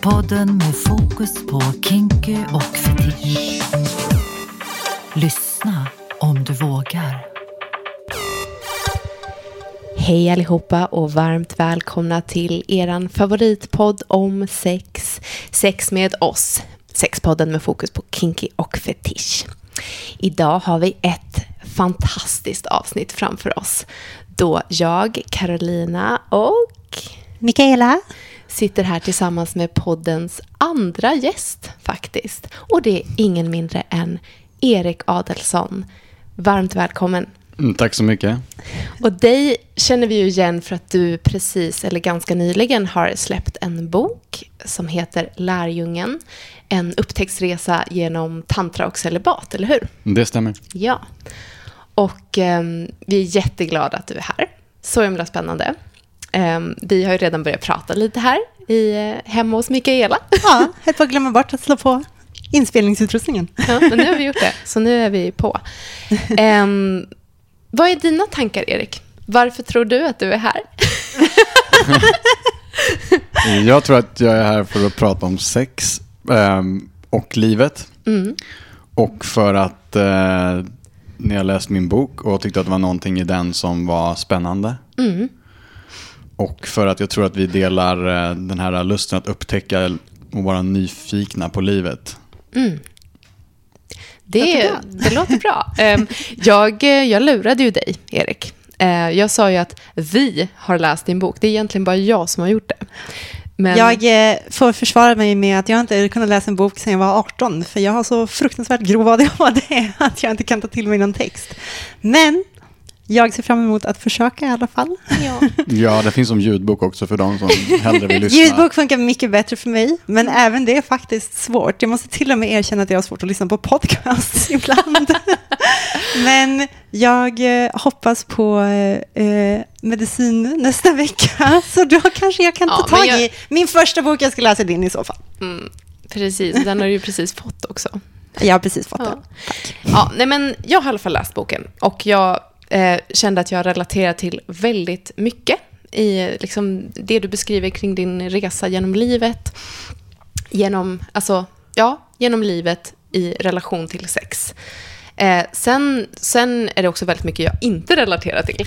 Podden med fokus på kinky och fetisch. Lyssna om du vågar. Hej allihopa och varmt välkomna till eran favoritpodd om sex. Sex med oss. Sexpodden med fokus på kinky och fetisch. Idag har vi ett fantastiskt avsnitt framför oss. Då jag, Carolina och Mikaela sitter här tillsammans med poddens andra gäst faktiskt. Och det är ingen mindre än Erik Adelsson. Varmt välkommen. Tack så mycket. Och dig känner vi ju igen för att du precis eller ganska nyligen har släppt en bok som heter Lärjungen. En upptäcktsresa genom tantra och celibat, eller hur? Det stämmer. Ja. Och vi är jätteglada att du är här. Så himla spännande. Vi har ju redan börjat prata lite här hemma hos Mikaela. Ja, helt på att glömma bort att slå på inspelningsutrustningen. Ja, men nu har vi gjort det. Så nu är vi på. Vad är dina tankar, Erik? Varför tror du att du är här? Jag tror att jag är här för att prata om sex och livet. Mm. Och för att när jag läste min bok och tyckte att det var någonting i den som var spännande. Mm. Och för att jag tror att vi delar den här lusten att upptäcka och vara nyfikna på livet. Mm. Det låter bra. Jag lurade ju dig, Erik. Jag sa ju att vi har läst din bok. Det är egentligen bara jag som har gjort det. Men... Jag får försvara mig med att jag inte kunnat läsa en bok sedan jag var 18. För jag har så fruktansvärt grov ADHD att jag inte kan ta till mig någon text. Men jag ser fram emot att försöka i alla fall. Ja, det finns som ljudbok också för de som hellre vill lyssna. Ljudbok funkar mycket bättre för mig, men även det är faktiskt svårt. Jag måste till och med erkänna att jag har svårt att lyssna på podcasts ibland. Men jag hoppas på medicin nästa vecka, så då kanske jag kan ta tag i min första bok. Jag ska läsa din i så fall. Precis, den har du ju precis fått också. Jag har precis fått den. Tack. Ja, nej, men jag har i alla fall läst boken och jag kände att jag relaterar till väldigt mycket i liksom det du beskriver kring din resa genom livet, genom livet i relation till sex. Sen är det också väldigt mycket jag inte relaterar till.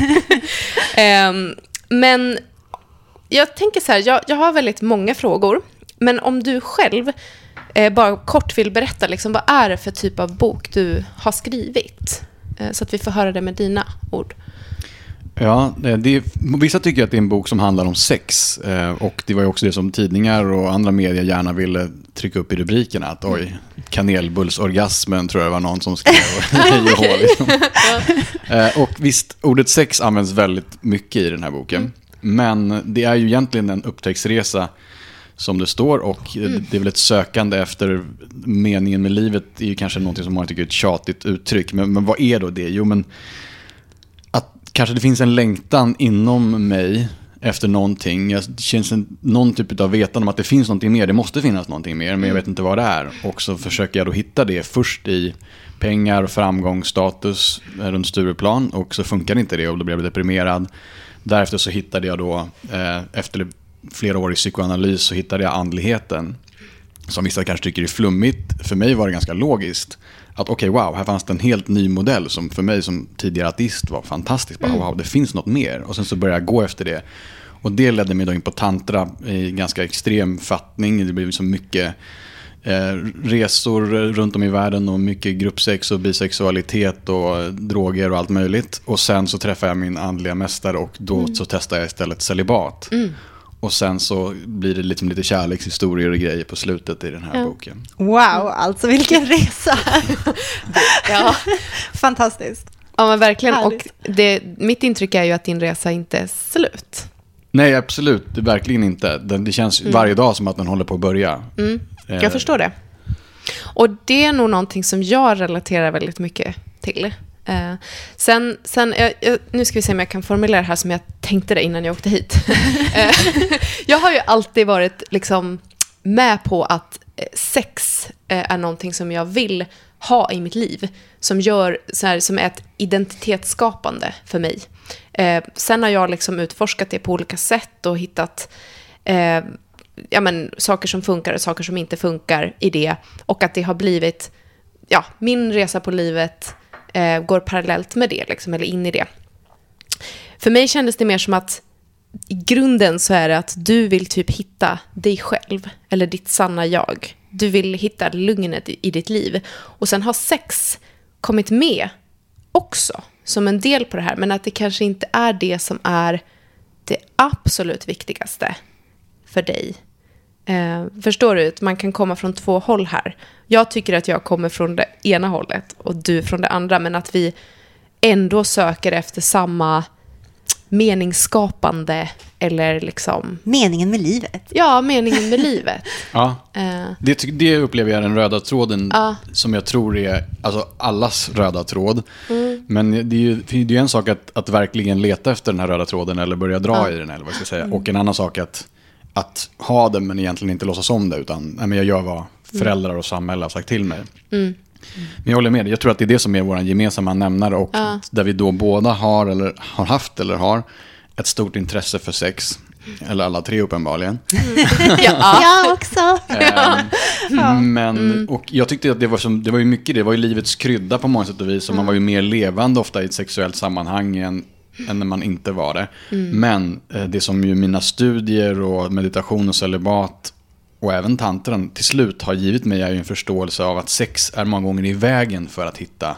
Men jag tänker så här, jag har väldigt många frågor, men om du själv bara kort vill berätta liksom, vad är det för typ av bok du har skrivit? Så att vi får höra det med dina ord. Ja, vissa tycker att det är en bok som handlar om sex. Och det var ju också det som tidningar och andra medier gärna ville trycka upp i rubrikerna. Att kanelbullsorgasmen tror jag var någon som skrev. Liksom. Och visst, ordet sex används väldigt mycket i den här boken. Men det är ju egentligen en upptäcktsresa som det står, och det är väl ett sökande efter meningen med livet. Det är ju kanske något som man tycker är ett tjatigt uttryck, men vad är då det? Jo, men att kanske det finns en längtan inom mig efter någonting. Det känns någon typ av vetan om att det finns någonting mer. Det måste finnas någonting mer, men jag vet inte vad det är. Och så försöker jag då hitta det först i pengar, framgång, status runt Stureplan, och så funkar inte det och då blir jag deprimerad. Därefter så hittade jag då efter flera år i psykoanalys så hittade jag andligheten, som vissa kanske tycker är flummigt. För mig var det ganska logiskt att wow, här fanns det en helt ny modell som för mig som tidigare ateist var fantastisk. Wow, det finns något mer. Och sen så började jag gå efter det. Och det ledde mig då in på tantra i ganska extrem fattning. Det blev så mycket resor runt om i världen och mycket gruppsex och bisexualitet och droger och allt möjligt. Och sen så träffade jag min andliga mästare, och då så testade jag istället celibat. Och sen så blir det liksom lite kärlekshistorier och grejer på slutet i den här boken. Wow, alltså vilken resa! Ja. Fantastiskt. Ja, men verkligen. Härligt. Och mitt intryck är ju att din resa inte är slut. Nej, absolut. Det är verkligen inte. Det känns varje dag som att den håller på att börja. Jag förstår det. Och det är nog någonting som jag relaterar väldigt mycket till. Sen nu ska vi se om jag kan formulera det här som jag tänkte det innan jag åkte hit. Jag har ju alltid varit liksom med på att sex är någonting som jag vill ha i mitt liv, som gör så här, som är ett identitetsskapande för mig. Sen har jag liksom utforskat det på olika sätt och hittat saker som funkar och saker som inte funkar i det. Och att det har blivit, min resa på livet går parallellt med det, liksom, eller in i det. För mig kändes det mer som att i grunden så är det att du vill typ hitta dig själv, eller ditt sanna jag. Du vill hitta lugnet i ditt liv. Och sen har sex kommit med också som en del på det här, men att det kanske inte är det som är det absolut viktigaste för dig. Förstår du? Man kan komma från 2 håll här. Jag tycker att jag kommer från det ena hållet och du från det andra, men att vi ändå söker efter samma meningsskapande, eller liksom... Meningen med livet. Ja, meningen med livet. Ja, det upplever jag den röda tråden som jag tror är alltså allas röda tråd. Men det är ju en sak att verkligen leta efter den här röda tråden eller börja dra i den, eller vad jag ska säga. Och en annan sak att ha den men egentligen inte låtsas om det, utan jag gör vad föräldrar och samhälle har sagt till mig. Men jag håller med dig. Jag tror att det är det som är vår gemensamma nämnare, och där vi då båda har eller har haft eller har ett stort intresse för sex. Eller alla 3 uppenbarligen. Jag också. Men, och jag tyckte att det var ju mycket, det var ju livets krydda på många sätt och vis. Och man var ju mer levande ofta i ett sexuellt sammanhang än när man inte var det. Men det som ju mina studier och meditation och celibat och även tantran till slut har givit mig är ju en förståelse av att sex är många gånger i vägen för att hitta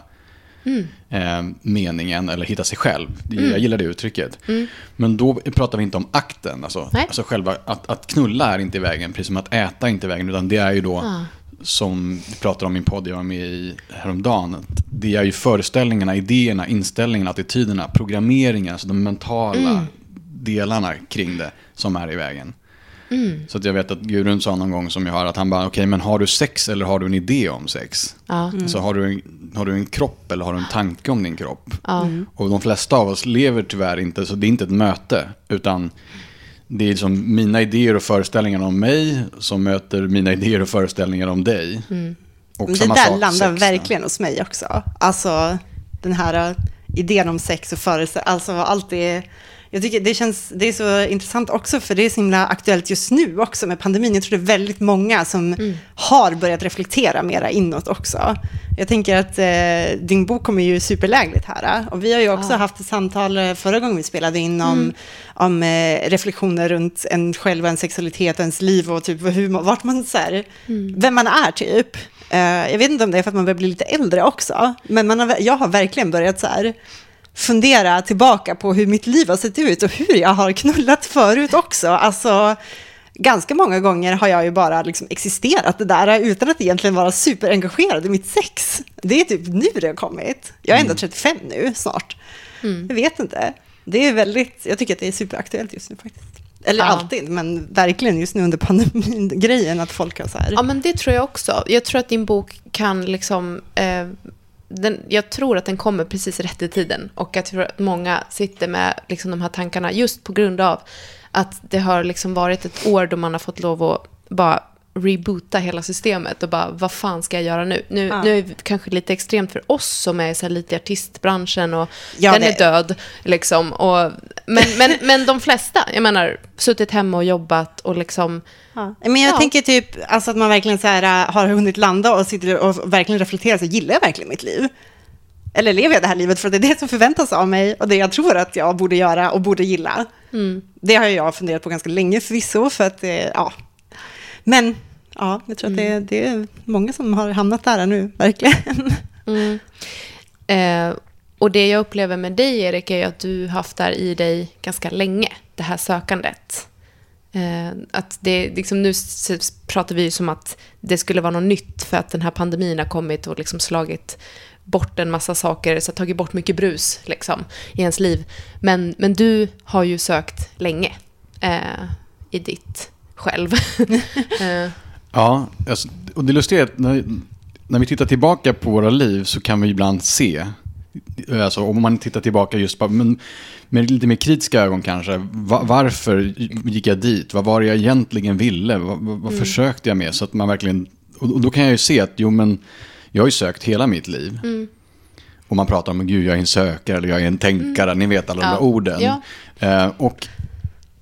meningen eller hitta sig själv. Jag gillar det uttrycket. Men då pratar vi inte om akten. Alltså själva att knulla är inte i vägen, precis som att äta är inte i vägen, utan det är ju då som vi pratar om i min podd jag var med i häromdagen. Det är ju föreställningarna, idéerna, inställningarna, attityderna, programmeringen, alltså de mentala delarna kring det som är i vägen. Så att jag vet att Gudrun sa någon gång som jag har att han bara, okej, men har du sex eller har du en idé om sex? Så har du en kropp eller har du en tanke om din kropp? Och de flesta av oss lever tyvärr inte, så det är inte ett möte, utan det är som mina idéer och föreställningar om mig som möter mina idéer och föreställningar om dig. Och det där landar verkligen hos mig också. Alltså den här idén om sex och föreställningar, alltså allt det. Jag tycker det är så intressant också, för det är så himla aktuellt just nu också med pandemin. Jag tror det är väldigt många som har börjat reflektera mera inåt också. Jag tänker att din bok kommer ju superlägligt här. Och vi har ju också haft ett samtal förra gången vi spelade in om reflektioner runt en själv och en sexualitet och ens liv och typ vart man så här, vem man är typ. Jag vet inte om det är för att man börjar bli lite äldre också, men jag har verkligen börjat så här fundera tillbaka på hur mitt liv har sett ut och hur jag har knullat förut också. Alltså, ganska många gånger har jag ju bara liksom existerat det där utan att egentligen vara superengagerad i mitt sex. Det är typ nu det har kommit. Jag är ändå 35 nu snart. Jag vet inte. Det är väldigt, jag tycker att det är superaktuellt just nu faktiskt. Eller alltid, men verkligen just nu under pandemin-grejen att folk har så här. Ja, men det tror jag också. Jag tror att din bok kan liksom... jag tror att den kommer precis rätt i tiden, och jag tror att många sitter med liksom de här tankarna just på grund av att det har liksom varit ett år då man har fått lov att bara reboota hela systemet och bara, vad fan ska jag göra nu? Nu är det kanske lite extremt för oss som är så här lite i artistbranschen och den är död liksom, och, men de flesta, jag menar, suttit hemma och jobbat och liksom men jag tänker typ alltså att man verkligen så här, har hunnit landa och sitter och verkligen reflekterar, så gillar jag verkligen mitt liv? Eller lever jag det här livet för att det är det som förväntas av mig och det jag tror att jag borde göra och borde gilla? Det har jag funderat på ganska länge förvisso, för att men jag tror att det är många som har hamnat där nu, verkligen. Och det jag upplever med dig, Erik, är att du haft där i dig ganska länge, det här sökandet. Att det, liksom, nu pratar vi ju som att det skulle vara något nytt för att den här pandemin har kommit och liksom slagit bort en massa saker, så tagit bort mycket brus liksom, i ens liv. Men du har ju sökt länge i ditt själv. Ja, alltså, och det lustiga är att när vi tittar tillbaka på våra liv så kan vi ibland se, alltså, om man tittar tillbaka just på, men med lite mer kritiska ögon kanske, varför gick jag dit? Vad var det jag egentligen ville? Vad försökte jag med? Så att man verkligen, och då kan jag ju se att jag har ju sökt hela mitt liv. Och man pratar om, gud, jag är en sökare eller jag är en tänkare, ni vet alla de där orden. Och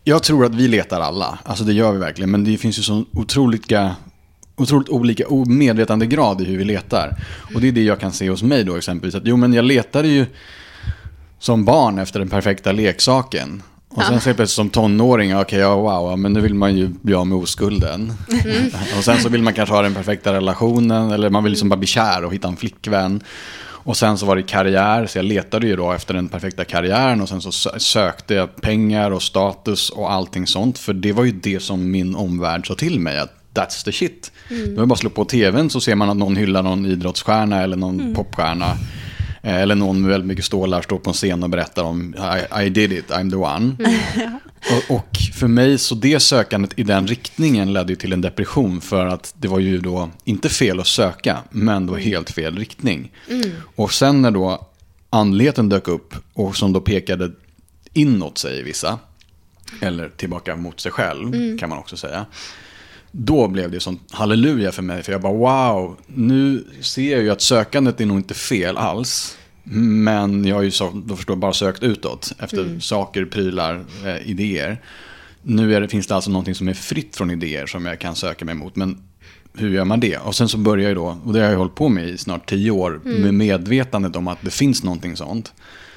Jag tror att vi letar alla. Alltså det gör vi verkligen. Men det finns ju så otroligt olika medvetandegrad i hur vi letar. Och det är det jag kan se hos mig då exempelvis. Att men jag letade ju som barn efter den perfekta leksaken. Och sen så är det som tonåring, wow, men nu vill man ju bli av med oskulden. Och sen så vill man kanske ha den perfekta relationen, eller man vill liksom bara bli kär och hitta en flickvän. Och sen så var det karriär, så jag letade ju då efter den perfekta karriären. Och sen så sökte jag pengar och status och allting sånt. För det var ju det som min omvärld sa till mig, att that's the shit. Då är bara slå på tvn så ser man att någon hyllar någon idrottsstjärna eller någon popstjärna. Eller någon med väldigt mycket stålar står på en scen och berättar om I did it, I'm the one. Och för mig så det sökandet i den riktningen ledde ju till en depression, för att det var ju då inte fel att söka, men det var helt fel riktning. Och sen när då andligheten dök upp och som då pekade inåt, säger vissa, eller tillbaka mot sig själv kan man också säga. Då blev det sånt halleluja för mig. För jag bara wow, nu ser jag ju att sökandet är nog inte fel alls. Men jag har ju bara sökt utåt efter saker, prylar, idéer. Nu finns det alltså någonting som är fritt från idéer som jag kan söka mig mot. Men hur gör man det? Och sen så börjar jag då, och det har jag hållit på med i snart 10 år, med medvetandet om att det finns någonting sånt.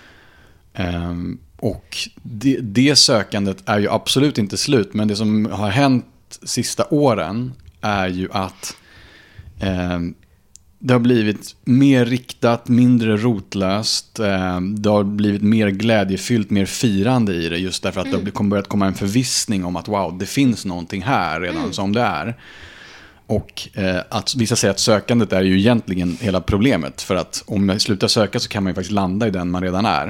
Och det sökandet är ju absolut inte slut. Men det som har hänt sista åren är ju att det har blivit mer riktat, mindre rotlöst. Det har blivit mer glädjefyllt, mer firande i det, just därför att det har börjat komma en förvissning om att wow, det finns någonting här redan som det är. Och att vissa säger att sökandet är ju egentligen hela problemet, för att om jag slutar söka så kan man ju faktiskt landa i den man redan är.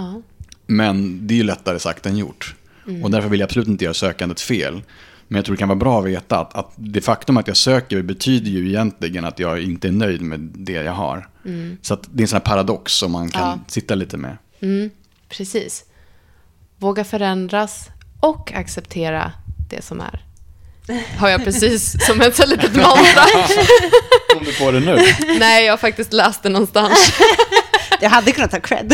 Men det är ju lättare sagt än gjort. Och därför vill jag absolut inte göra sökandet fel. Men jag tror det kan vara bra att veta att det faktum att jag söker betyder ju egentligen att jag inte är nöjd med det jag har. Så att det är en sån här paradox som man kan sitta lite med. Precis. Våga förändras och acceptera det som är. Har jag precis som ett så litet mantra. Om du får det nu. Nej, jag har faktiskt läst det någonstans. Jag hade kunnat ta cred.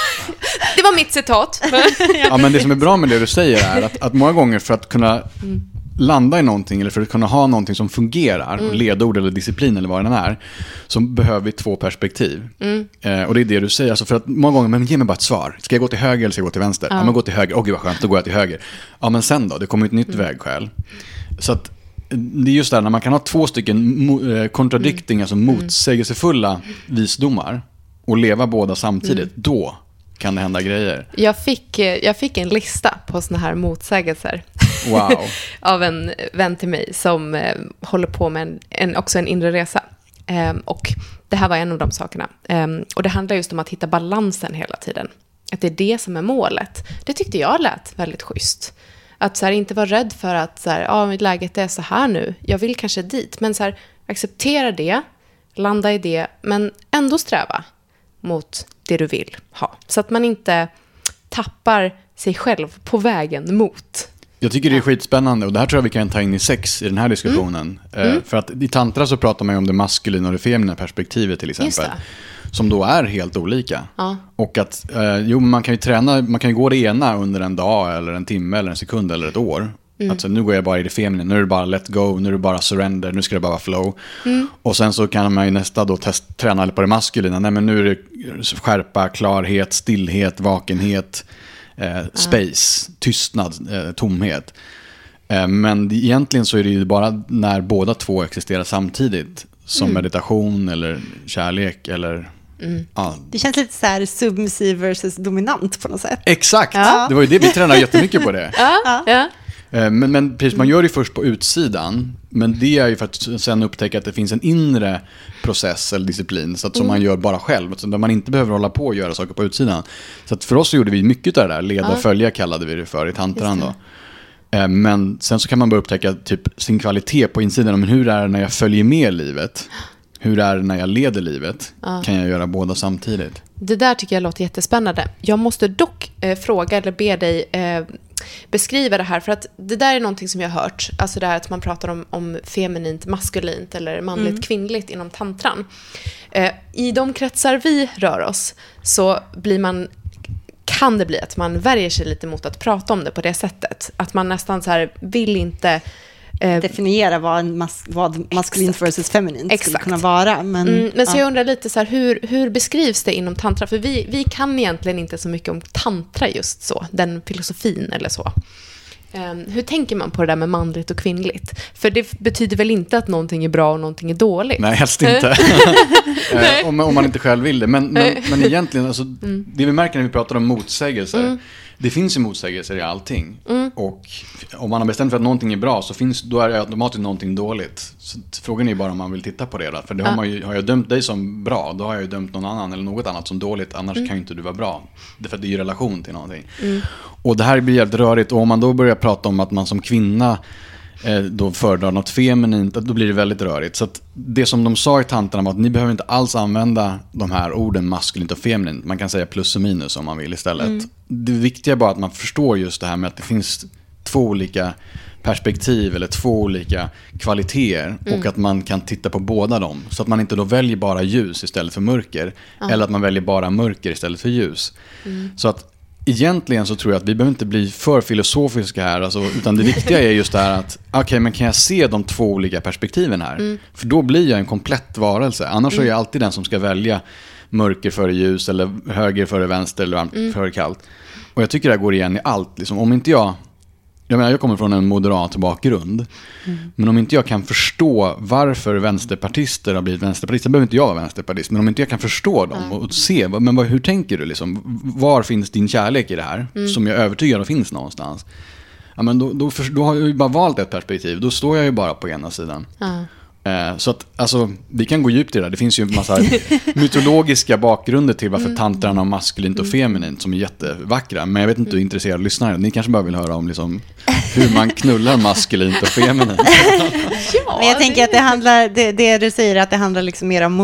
Det var mitt citat. Ja, men det som är bra med det du säger är att många gånger för att kunna landa i någonting, eller för att kunna ha någonting som fungerar, ledord eller disciplin eller vad den är, så behöver vi 2 perspektiv. Och det är det du säger. Alltså för att många gånger, men ge mig bara ett svar. Ska jag gå till höger eller ska jag gå till vänster? Ja, men gå till höger. Gud vad skönt, då går jag till höger. Ja, men sen då? Det kommer ett nytt vägskäl. Så att det är just där, när man kan ha 2 stycken contradicting, alltså motsägelsefulla visdomar och leva båda samtidigt, då kan det hända grejer. Jag fick en lista på såna här motsägelser. Wow. Av en vän till mig som håller på med också en inre resa. Och det här var en av de sakerna. Och det handlar just om att hitta balansen hela tiden. Att det är det som är målet. Det tyckte jag lät väldigt schysst. Att så här, inte vara rädd för att så här, läget är så här nu. Jag vill kanske dit. Men så här, acceptera det. Landa i det. Men ändå sträva mot det du vill ha. Så att man inte tappar sig själv på vägen mot. Jag tycker det är skitspännande, och det här tror jag vi kan ta in i sex i den här diskussionen. För att i tantra så pratar man ju om det maskulina och det feminina perspektivet till exempel. Som då är helt olika. Och att man kan ju träna, man kan ju gå det ena under en dag eller en timme eller en sekund eller ett år. Alltså nu går jag bara i det feminina, nu är det bara let go, nu är det bara surrender, nu ska det bara vara flow. Och sen så kan man ju nästa då träna på det maskulina. Nej, men nu är det skärpa, klarhet, stillhet, vakenhet, space, tystnad, tomhet. Men egentligen så är det ju bara när båda 2 existerar samtidigt som meditation eller kärlek eller... Det känns lite så här submissiv versus dominant på något sätt. Exakt, det var ju det vi tränade jättemycket på det. Men precis, man gör det först på utsidan, men det är ju för att sen upptäcka att det finns en inre process eller disciplin så att som man gör bara själv, så där man inte behöver hålla på och göra saker på utsidan. Så att för oss så gjorde vi mycket av det där, leda följa kallade vi det för i tantran då. Men sen så kan man börja upptäcka typ sin kvalitet på insidan, men hur är det när jag följer med livet? Hur är det när jag leder livet? Kan jag göra båda samtidigt? Det där tycker jag låter jättespännande. Jag måste dock fråga eller be dig beskriva det här, för att det där är någonting som jag har hört, alltså det här att man pratar om feminint, maskulint eller manligt, kvinnligt inom tantran. I de kretsar vi rör oss så blir man kan det bli att man värjer sig lite mot att prata om det på det sättet. Att man nästan så här vill inte... definiera vad maskulint versus feminint skulle kunna vara. Men så jag undrar lite så här, hur beskrivs det inom tantra? För vi kan egentligen inte så mycket om tantra just så, den filosofin eller så. Hur tänker man på det där med manligt och kvinnligt? För det betyder väl inte att någonting är bra och någonting är dåligt? Nej, helst inte. om man inte själv vill det. Men egentligen, alltså, det vi märker när vi pratar om motsägelser, det finns ju motsägelser i allting. Och om man har bestämt för att någonting är bra, då är det automatiskt någonting dåligt. Så frågan är ju bara om man vill titta på det. Då. För det har jag dömt dig som bra, då har jag ju dömt någon annan eller något annat som dåligt. Annars kan ju inte du vara bra. För det är ju relation till någonting. Och det här blir jävligt rörigt. Och om man då börjar prata om att man som kvinna då föredrar något feminint, då blir det väldigt rörigt. Så att det som de sa i tantarna var att ni behöver inte alls använda de här orden maskulint och feminint. Man kan säga plus och minus om man vill istället. Det viktiga är bara att man förstår just det här med att det finns två olika perspektiv eller två olika kvaliteter och att man kan titta på båda dem. Så att man inte då väljer bara ljus istället för mörker eller att man väljer bara mörker istället för ljus. Så att egentligen så tror jag att vi behöver inte bli för filosofiska här, alltså, utan det viktiga är just det här att okej, men kan jag se de två olika perspektiven här? För då blir jag en komplett varelse. Annars är jag alltid den som ska välja mörker före ljus eller höger före vänster eller varmt före kallt. Och jag tycker det här går igen i allt. Liksom, om inte jag kommer från en moderat bakgrund. Men om inte jag kan förstå varför vänsterpartister har blivit vänsterpartister, behöver inte jag vara vänsterpartist, men om inte jag kan förstå dem och se, hur tänker du liksom? Var finns din kärlek i det här? Som jag är övertygad om finns någonstans. Ja, men då har jag ju bara valt ett perspektiv. Då står jag ju bara på ena sidan. Så att, alltså, vi kan gå djupt i det där. Det finns ju en massa mytologiska bakgrunder till varför tantran har maskulint och feminint som är jättevackra. Men jag vet inte hur intresserade lyssnare. Ni kanske bara vill höra om liksom, hur man knullar maskulint och feminint. Men jag tänker att det handlar, det du säger, att det handlar liksom mer om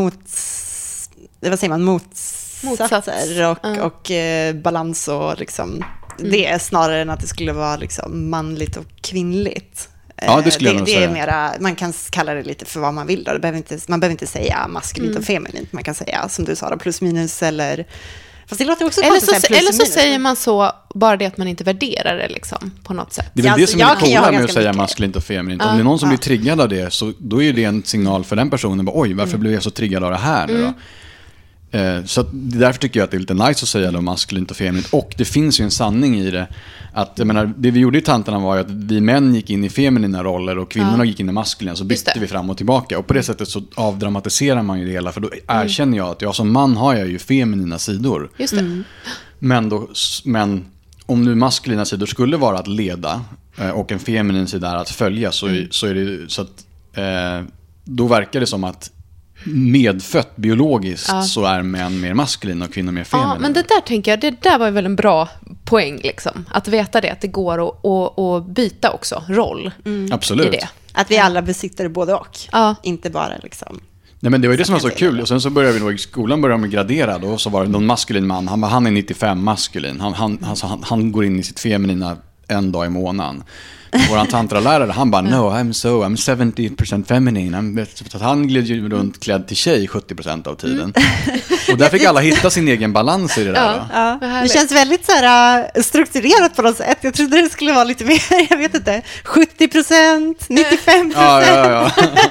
motsatser och balans och liksom, det är snarare än att det skulle vara liksom manligt och kvinnligt. Ja, det skulle jag nog säga. Det är mera, man kan kalla det lite för vad man vill då. Man behöver inte säga maskulint och feminint. Man kan säga, som du sa, plus minus eller... Fast det låter också eller så säger man så, bara det att man inte värderar det liksom, på något sätt. Det är väl det som är coola med att säga maskulint och feminint. Om det är någon som blir triggad av det, så då är det en signal för den personen. Oj, varför blev jag så triggad av det här nu då? Så att därför tycker jag att det är lite nice att säga då maskulint och feminint. Och det finns ju en sanning i det. Att, jag menar, det vi gjorde i tantarna var ju att vi män gick in i feminina roller och kvinnorna gick in i maskulina. Så bytte vi fram och tillbaka. Och på det sättet så avdramatiserar man ju det hela. För då erkänner jag att jag som man har jag ju feminina sidor. Just det. Men om nu maskulina sidor skulle vara att leda och en feminin sida är att följa, så är det så att då verkar det som att medfött biologiskt så är män mer maskulina och kvinnor mer feminina. Ja, men det där tänker jag, det där var väl en bra poäng liksom. Att veta det, att det går att byta också roll. Absolut. I det. Att vi alla besitter både och. Inte bara liksom... Nej, men det var ju det som var så kul. Och sen så började vi då i skolan med graderad. Och så var det någon maskulin man. Han är 95 maskulin. Han går in i sitt feminina en dag i månaden. Våran tantralärare, han bara, no, I'm 70% feminine. Så han gled ju runt klädd till tjej 70% av tiden. Och där fick alla hitta sin egen balans i det där. Ja. Det känns väldigt så här strukturerat på något sätt. Jag trodde det skulle vara lite mer, jag vet inte, 70%, 95%. Ja.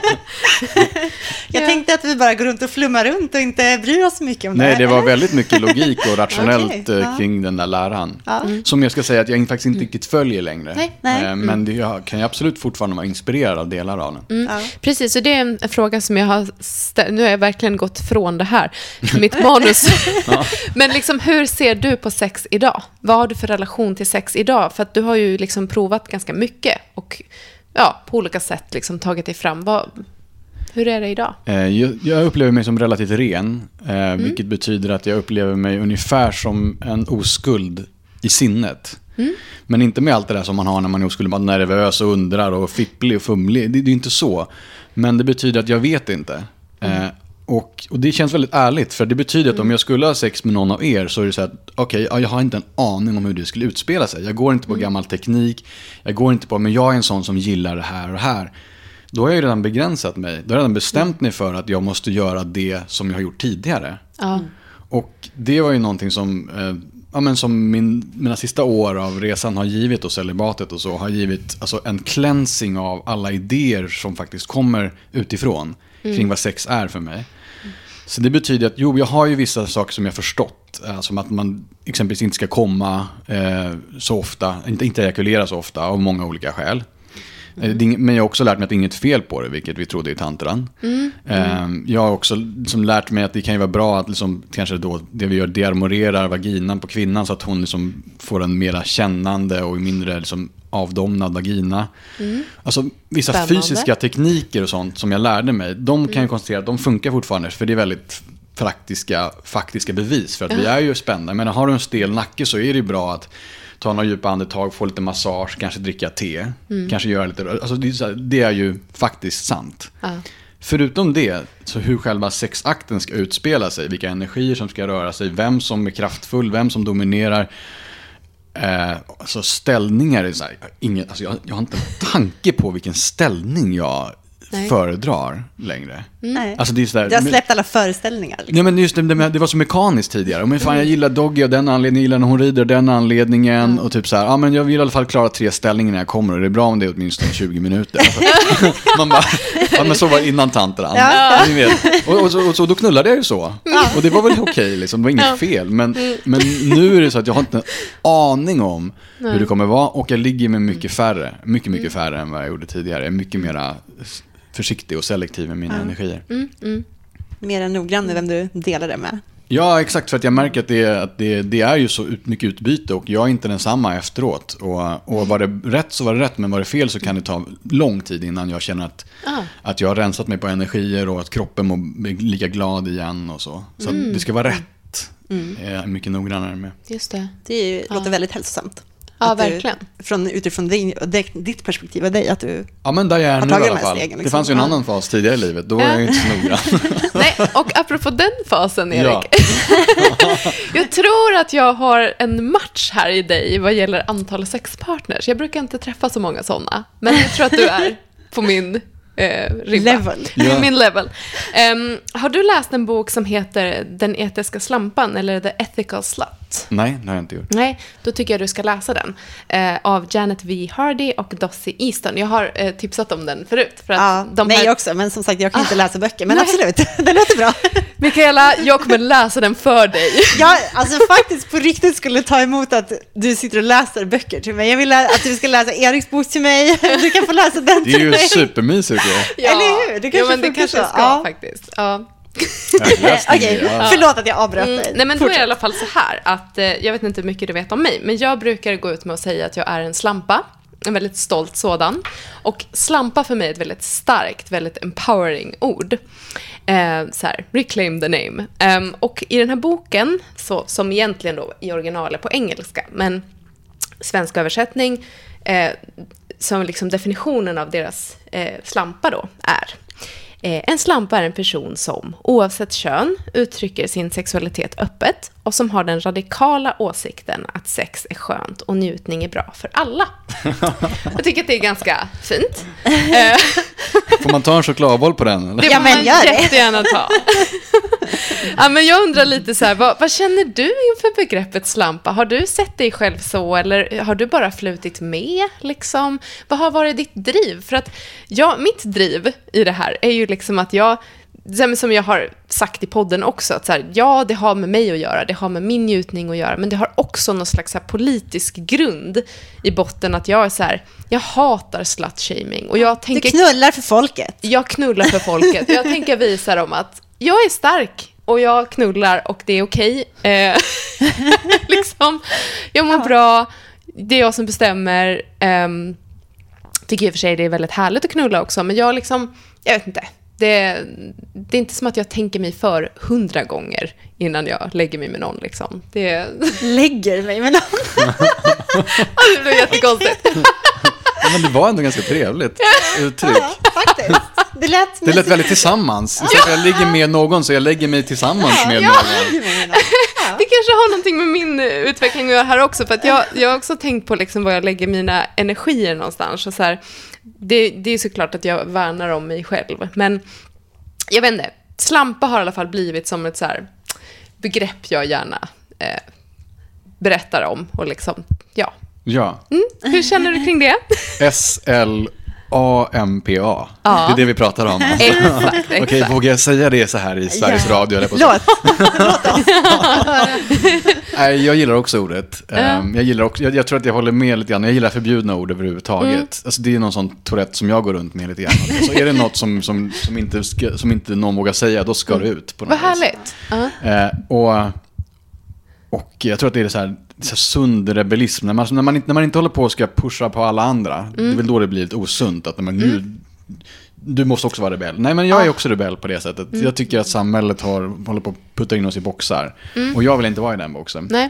Jag tänkte att vi bara går runt och flummar runt och inte bryr oss så mycket om det. Nej, det var väldigt mycket logik och rationellt kring den där läran. Som jag ska säga att jag faktiskt inte riktigt följer längre. Nej. Men jag kan ju absolut fortfarande vara inspirerad av delar av den. Precis, så det är en fråga som jag har nu har jag verkligen gått från det här, mitt manus. Men liksom, hur ser du på sex idag? Vad har du för relation till sex idag? För att du har ju liksom provat ganska mycket och på olika sätt liksom tagit dig fram. Hur är det idag? Jag upplever mig som relativt ren, vilket betyder att jag upplever mig ungefär som en oskuld i sinnet. Men inte med allt det där som man har när man är oskuld, man är nervös och undrar och fipplig och fumlig. Det är inte så. Men det betyder att jag vet inte. Och det känns väldigt ärligt, för det betyder att om jag skulle ha sex med någon av er, så är det så att jag har inte en aning om hur det skulle utspela sig. Jag går inte på gammal teknik. Jag går inte på, men jag är en sån som gillar det här och det här. Då har jag ju redan begränsat mig. Då har jag redan bestämt mig för att jag måste göra det som jag har gjort tidigare. Och det var ju någonting som men som mina sista år av resan har givit och celibatet och så har givit alltså en cleansing av alla idéer som faktiskt kommer utifrån kring vad sex är för mig. Så det betyder att jag har ju vissa saker som jag förstått, som att man exempelvis inte ska komma så ofta, inte ejakulera så ofta av många olika skäl. Men jag har också lärt mig att det är inget fel på det, vilket vi trodde i tantran. Jag har också liksom lärt mig att det kan ju vara bra att liksom, kanske då det vi gör dearmorerar vaginan på kvinnan så att hon liksom får en mera kännande och mindre liksom avdomnad vagina. Alltså vissa fysiska tekniker och sånt som jag lärde mig, de kan jag konstatera att de funkar fortfarande, för det är väldigt faktiska bevis för att vi är ju spända. Men har du en stel nacke så är det bra att ta några djupa andetag, få lite massage, kanske dricka te, kanske göra lite, alltså det är ju faktiskt sant. Förutom det, så hur själva sexakten ska utspela sig, vilka energier som ska röra sig, vem som är kraftfull, vem som dominerar, alltså ställningar är så här, alltså jag har inte en tanke på vilken ställning jag föredrar längre. Alltså det är så där, du har släppt alla föreställningar liksom. Ja, men just det var så mekaniskt tidigare. Men fan, jag gillar Doggy av den anledningen, jag gillar när hon rider av den anledningen och typ så här, men jag vill i alla fall klara 3 ställningar när jag kommer, och det är bra om det är åtminstone 20 minuter. Alltså, man bara, men så var det innan tantran. Ni vet. Och så då knullade jag ju så. Och det var väl okej liksom, det var inget fel, men nu är det så att jag har inte en aning om hur det kommer vara, och jag ligger med mycket färre än vad jag gjorde tidigare. Jag är mycket mera försiktig och selektiv med mina energier. Mer än noggrann med vem du delar det med. Ja, exakt, för att jag märker att det är ju så mycket utbyte, och jag är inte densamma efteråt. Och var det rätt så var det rätt, men var det fel så kan det ta lång tid innan jag känner att jag har rensat mig på energier och att kroppen mår lika glad igen och så. Så det ska vara rätt. Jag är mycket noggrannare med. Just det. Det låter väldigt hälsosamt. Ja, verkligen. Utifrån ditt perspektiv av dig, att du men där jag är nu i alla fall. Stegen, liksom. Det fanns ju en annan fas tidigare i livet, då var jag inte så noggrann. Nej, och apropå den fasen, Erik. Jag tror att jag har en match här i dig vad gäller antal sexpartners. Jag brukar inte träffa så många sådana, men jag tror att du är på min level. Min level. Har du läst en bok som heter Den etiska slampan eller The Ethical Slut? Nej, det har jag inte gjort. Nej, då tycker jag du ska läsa den. Av Janet V. Hardy och Dossie Easton. Jag har tipsat om den förut. För att mig också, men som sagt, jag kan inte läsa böcker. Men absolut, det låter bra. Mikaela, jag kommer läsa den för dig. Ja, alltså faktiskt på riktigt skulle ta emot att du sitter och läser böcker till mig. Jag vill att du ska läsa Eriks bok till mig. Du kan få läsa den till mig. Det är ju supermysigt. Ja. Eller hur? Det kanske ska faktiskt. Ja. Okej, förlåt att jag avbröt dig. Nej, men då är det i alla fall så här att jag vet inte hur mycket du vet om mig, men jag brukar gå ut med att säga att jag är en slampa, en väldigt stolt sådan. Och slampa för mig är ett väldigt starkt, väldigt empowering ord. Så här, reclaim the name. Och i den här boken, som egentligen då i original är på engelska, men svensk översättning, som liksom definitionen av deras slampa då är: en slampa är en person som, oavsett kön, uttrycker sin sexualitet öppet och som har den radikala åsikten att sex är skönt och njutning är bra för alla. Jag tycker att det är ganska fint. Får man ta en chokladboll på den? Eller? Det får man jättegärna ta. Ja, men jag undrar lite så här, vad känner du inför begreppet slampa? Har du sett dig själv så, eller har du bara flutit med? Liksom? Vad har varit ditt driv? För att mitt driv i det här är ju liksom att som jag har sagt i podden också, att så här, det har med mig att göra, det har med min njutning att göra, men det har också någon slags så här politisk grund i botten, att jag är så här, jag hatar slut-shaming, och jag tänker, du knullar för folket. Jag knullar för folket. Jag tänker visa dem att jag är stark och jag knullar och det är okej. Liksom, jag mår bra, det är jag som bestämmer. Tycker i och för sig det är väldigt härligt att knulla också, men jag vet inte. Det är inte som att jag tänker mig för 100 gånger innan jag lägger mig med någon. Liksom. Lägger mig med någon? Det blir jättekonstigt. Ja, men det var ändå ganska trevligt uttryck. Ja, faktiskt. Det lät väldigt tillsammans. Så jag ligger med någon, så jag lägger mig tillsammans med någon. Det kanske har någonting med min utveckling att göra här också. För att jag har också tänkt på liksom var jag lägger mina energier någonstans. Och så här, det är såklart att jag värnar om mig själv. Men jag vet inte, slampa har i alla fall blivit som ett så här begrepp jag gärna berättar om. Och liksom, ja. Ja. Hur känner du kring det? SLAMPA. Ja. Det är det vi pratar om. Exakt. Okej, vågar jag säga det så här i Sveriges Radio? Eller på Låt oss. Nej, jag gillar också ordet. Jag tror att jag håller med lite grann. Jag gillar förbjudna ord överhuvudtaget. Alltså, det är någon sån Tourette som jag går runt med lite grann. Så är det något som inte någon vågar säga, då ska det ut på något Vad vis. härligt. Och jag tror att det är så här sund rebellism. När man inte håller på och ska pusha på alla andra. Det är väl då det blir lite osunt. Att du måste också vara rebell. Nej, men jag är också rebell på det sättet. Jag tycker att samhället håller på att putta in oss i boxar. Och jag vill inte vara i den boxen. Nej.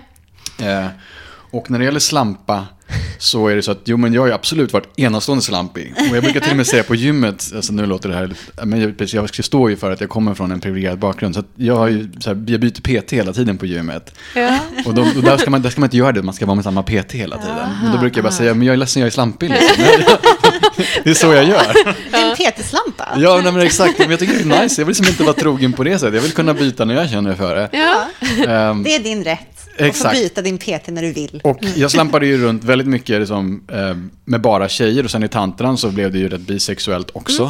Och när det gäller slampa så är det så att men jag har ju absolut varit enastående slampig. Och jag brukar till och med säga på gymmet, alltså nu låter det här, men jag ska stå ju för att jag kommer från en privilegierad bakgrund. Så att jag byter PT hela tiden på gymmet. Ja. Och där ska man inte göra det, man ska vara med samma PT hela tiden. Men då brukar jag bara säga, men jag är ledsen, jag är slampig liksom. Det är så jag gör. Det är en PT-slampa. Ja, men exakt. Men jag tycker det är nice. Jag vill liksom inte vara trogen på det sättet. Jag vill kunna byta när jag känner för det. Ja. Det är din rätt. Exakt. Att få byta din PT när du vill. Och jag slampade ju runt väldigt mycket liksom, med bara tjejer. Och sen i tantran så blev det ju rätt bisexuellt också.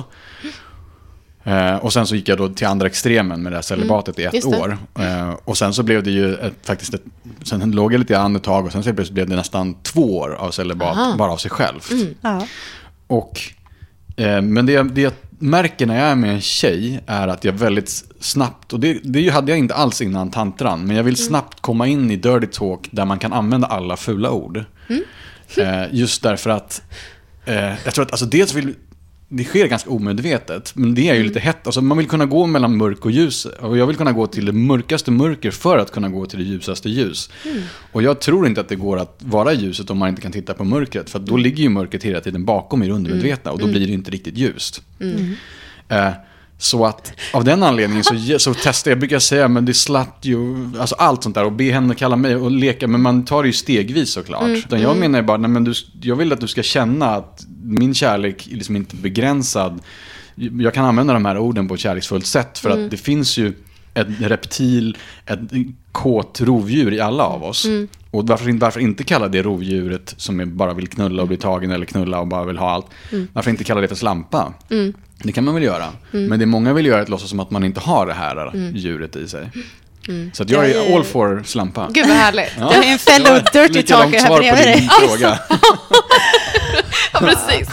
Och sen så gick jag då till andra extremen med det här celibatet i 1 år. Och sen så blev det ju sen låg jag lite i andetag. Och sen så blev det nästan 2 år av celibat bara av sig själv. Ja. Och men det jag märker när jag är med en tjej är att jag väldigt snabbt, och det hade jag inte alls innan tantran, men jag vill snabbt komma in i dirty talk där man kan använda alla fula ord. Just därför att jag tror att alltså det sker ganska omedvetet, men det är ju lite hett. Alltså man vill kunna gå mellan mörk och ljus, och jag vill kunna gå till det mörkaste mörker för att kunna gå till det ljusaste ljus. Och jag tror inte att det går att vara ljuset om man inte kan titta på mörkret, för att då ligger ju mörkret hela tiden bakom i det undermedvetna, och då blir det inte riktigt ljust. Så att av den anledningen så testar jag, brukar säga, men det slatt ju, alltså allt sånt där, och be henne kalla mig och leka, men man tar det ju stegvis såklart. Utan jag menar bara, nej, men jag vill att du ska känna att min kärlek är liksom inte begränsad. Jag kan använda de här orden på ett kärleksfullt sätt, för att det finns ju ett reptil, ett kåt rovdjur i alla av oss. Och varför inte kalla det rovdjuret som bara vill knulla och bli tagen, eller knulla och bara vill ha allt. Varför inte kalla det för slampa? Det kan man väl göra. Men det många vill göra är att låtsas som att man inte har det här djuret i sig. Så att jag är all for slampa. Gud vad härligt. Ja. Jag är en fellow dirty talker här bredvid dig. Fråga. Ja, precis.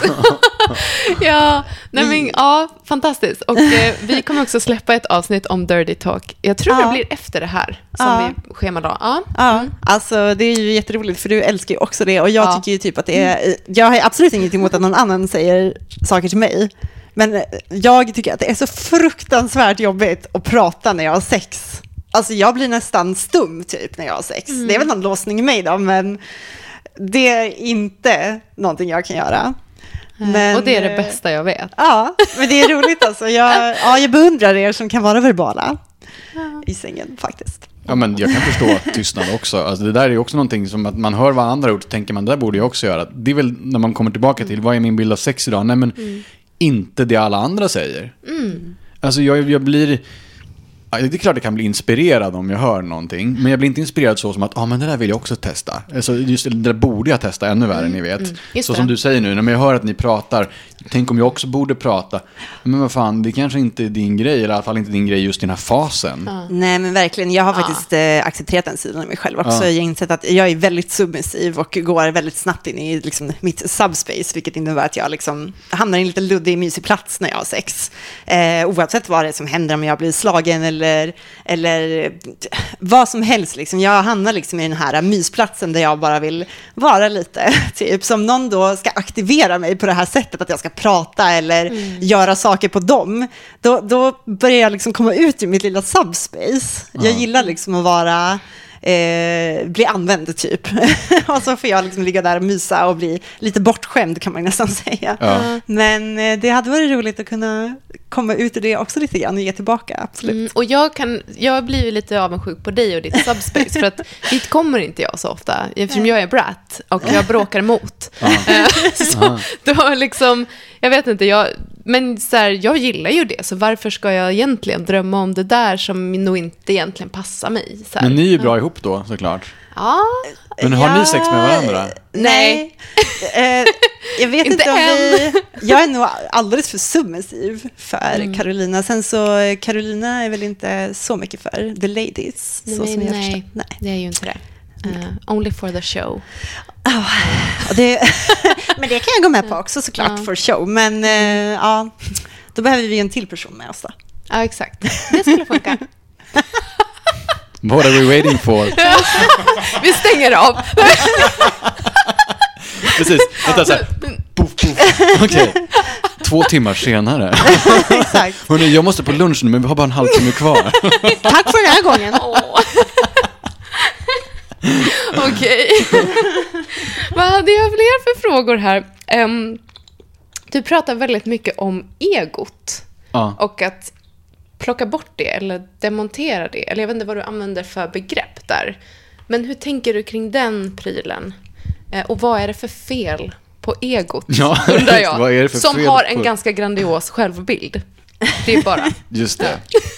Ja, fantastiskt. Och vi kommer också släppa ett avsnitt om dirty talk. Jag tror det blir efter det här som vi schemadar. Ja, alltså det är ju jätteroligt, för du älskar ju också det. Och jag tycker ju typ att det är... Jag har absolut inget emot att någon annan säger saker till mig. Men jag tycker att det är så fruktansvärt jobbigt att prata när jag har sex. Alltså jag blir nästan stum typ när jag har sex. Det är väl någon låsning i mig då, men det är inte någonting jag kan göra. Men, och det är det bästa jag vet. Ja, men det är roligt alltså. Jag beundrar er som kan vara verbala i sängen faktiskt. Ja, men jag kan förstå tystnad också. Alltså, det där är också någonting som att man hör vad andra ord, tänker man, det borde jag också göra. Det är väl när man kommer tillbaka till, vad är min bild av sex idag? Nej, men inte det alla andra säger. Alltså jag blir... Det är klart jag kan bli inspirerad om jag hör någonting, men jag blir inte inspirerad så som att men det där vill jag också testa. Alltså, just det där borde jag testa ännu värre, ni vet. Så som du säger nu, när jag hör att ni pratar, tänk om jag också borde prata. Men vad fan, det kanske inte är din grej, eller i alla fall inte din grej just i den här fasen. Nej, men verkligen, jag har faktiskt accepterat den sidan av mig själv också. Jag har insett att jag är väldigt submissiv och går väldigt snabbt in i liksom, mitt subspace, vilket innebär att jag liksom hamnar i en lite luddig, mysig plats när jag har sex. Oavsett vad det är som händer, om jag blir slagen eller vad som helst liksom. Jag hamnar liksom i den här mysplatsen där jag bara vill vara lite typ som någon då ska aktivera mig på det här sättet, att jag ska prata eller göra saker på dem. Då börjar jag liksom komma ut ur mitt lilla subspace. Jag gillar liksom att vara bli använd typ. Och så får jag liksom ligga där och mysa och bli lite bortskämd, kan man nästan säga. Men det hade varit roligt att kunna komma ut ur det också lite grann och ge tillbaka, absolut. Och jag blir ju lite avundsjuk på dig och ditt subspace, för att dit kommer inte jag så ofta, eftersom jag är brat och jag bråkar emot. Så då liksom, jag vet inte, Men så här, jag gillar ju det, så varför ska jag egentligen drömma om det där som nog inte egentligen passar mig? Så här. Men ni är ju bra ihop då, såklart. Ja. Men har ni sex med varandra? Nej. Jag vet inte om vi... Jag är nog alldeles för submissiv för Carolina. Sen så, Carolina är väl inte så mycket för the ladies. Så som jag förstår. Nej, det är ju inte det. Only for the show. Men det kan jag gå med på också såklart, for show. Men ja, då behöver vi en till person med oss då. Ja, exakt. Det skulle funka. What are we waiting for? Vi stänger av. Precis, vänta så här. Puff, puff. Okej. 2 timmar senare. Exakt. Hörrni, jag måste på lunch nu, men vi har bara en halvtimme kvar. Tack för den här gången. Okej. Vad hade jag fler för frågor här? Du pratar väldigt mycket om egot. Ja. Och att plocka bort det eller demontera det. Eller jag vet inte vad du använder för begrepp där. Men hur tänker du kring den prylen? Och vad är det för fel på egot? Ja, undrar jag. vad är det för som fel har en på... ganska grandios självbild. Det är bara... Just det.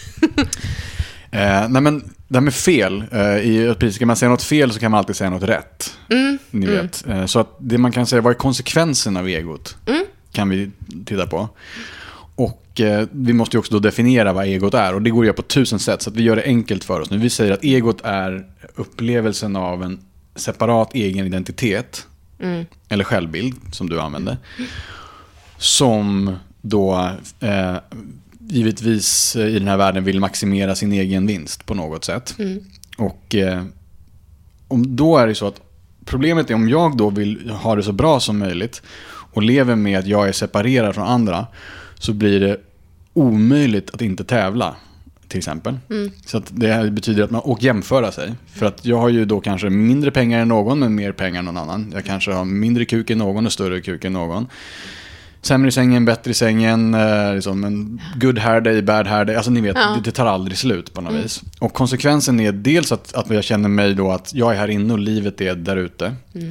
Nej, men det här med fel. Ska man säga något fel så kan man alltid säga något rätt. Ni vet. Så att det man kan säga, vad är konsekvensen av egot? Kan vi titta på. Och vi måste ju också då definiera vad egot är. Och det går ju på 1000 sätt. Så att vi gör det enkelt för oss nu. Vi säger att egot är upplevelsen av en separat egen identitet. Eller självbild, som du använder. Som då givetvis i den här världen vill maximera sin egen vinst på något sätt. Och om då är det så att problemet är om jag då vill ha det så bra som möjligt och lever med att jag är separerad från andra, så blir det omöjligt att inte tävla, till exempel. Så att det betyder att man och jämföra sig. För att jag har ju då kanske mindre pengar än någon, men mer pengar än någon annan. Jag kanske har mindre kuk än någon och större kuk än någon. Sämre i sängen, bättre i sängen, liksom en good hair day, bad hair day. Alltså ni vet, det tar aldrig slut på något vis. Och konsekvensen är dels att jag känner mig då att jag är här inne och livet är där ute.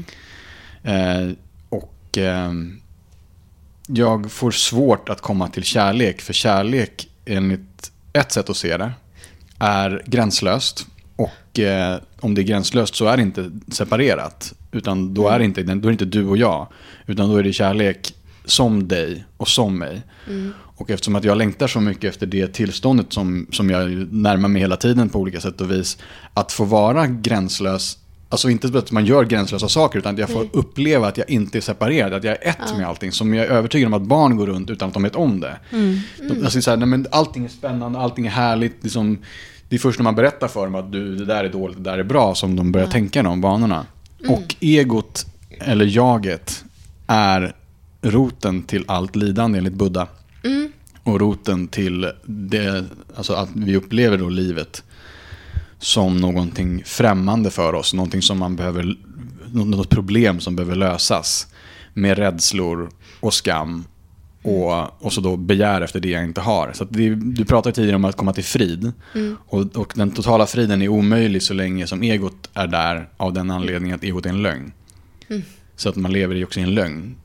Jag får svårt att komma till kärlek. För kärlek, enligt ett sätt att se det, är gränslöst. Och om det är gränslöst så är det inte separerat. Utan då är det inte du och jag. Utan då är det kärlek som dig och som mig. Och eftersom att jag längtar så mycket efter det tillståndet som jag närmar mig hela tiden på olika sätt och vis, att få vara gränslös, alltså inte att man gör gränslösa saker, utan att jag får uppleva att jag inte är separerad, att jag är ett med allting, som jag är övertygad om att barn går runt utan att de vet om det. Alltså så här, nej, men allting är spännande, allting är härligt, liksom, det är först när man berättar för dem att det där är dåligt, det där är bra, som de börjar tänka de banorna. Och egot, eller jaget, är roten till allt lidande enligt Buddha. Och roten till det, alltså att vi upplever då livet som någonting främmande för oss, någonting som man behöver, något problem som behöver lösas med rädslor och skam och så då begär efter det jag inte har. Så att du pratade tidigare om att komma till frid, och den totala friden är omöjlig så länge som egot är där, av den anledningen att egot är en lögn. Så att man lever också i en lögn.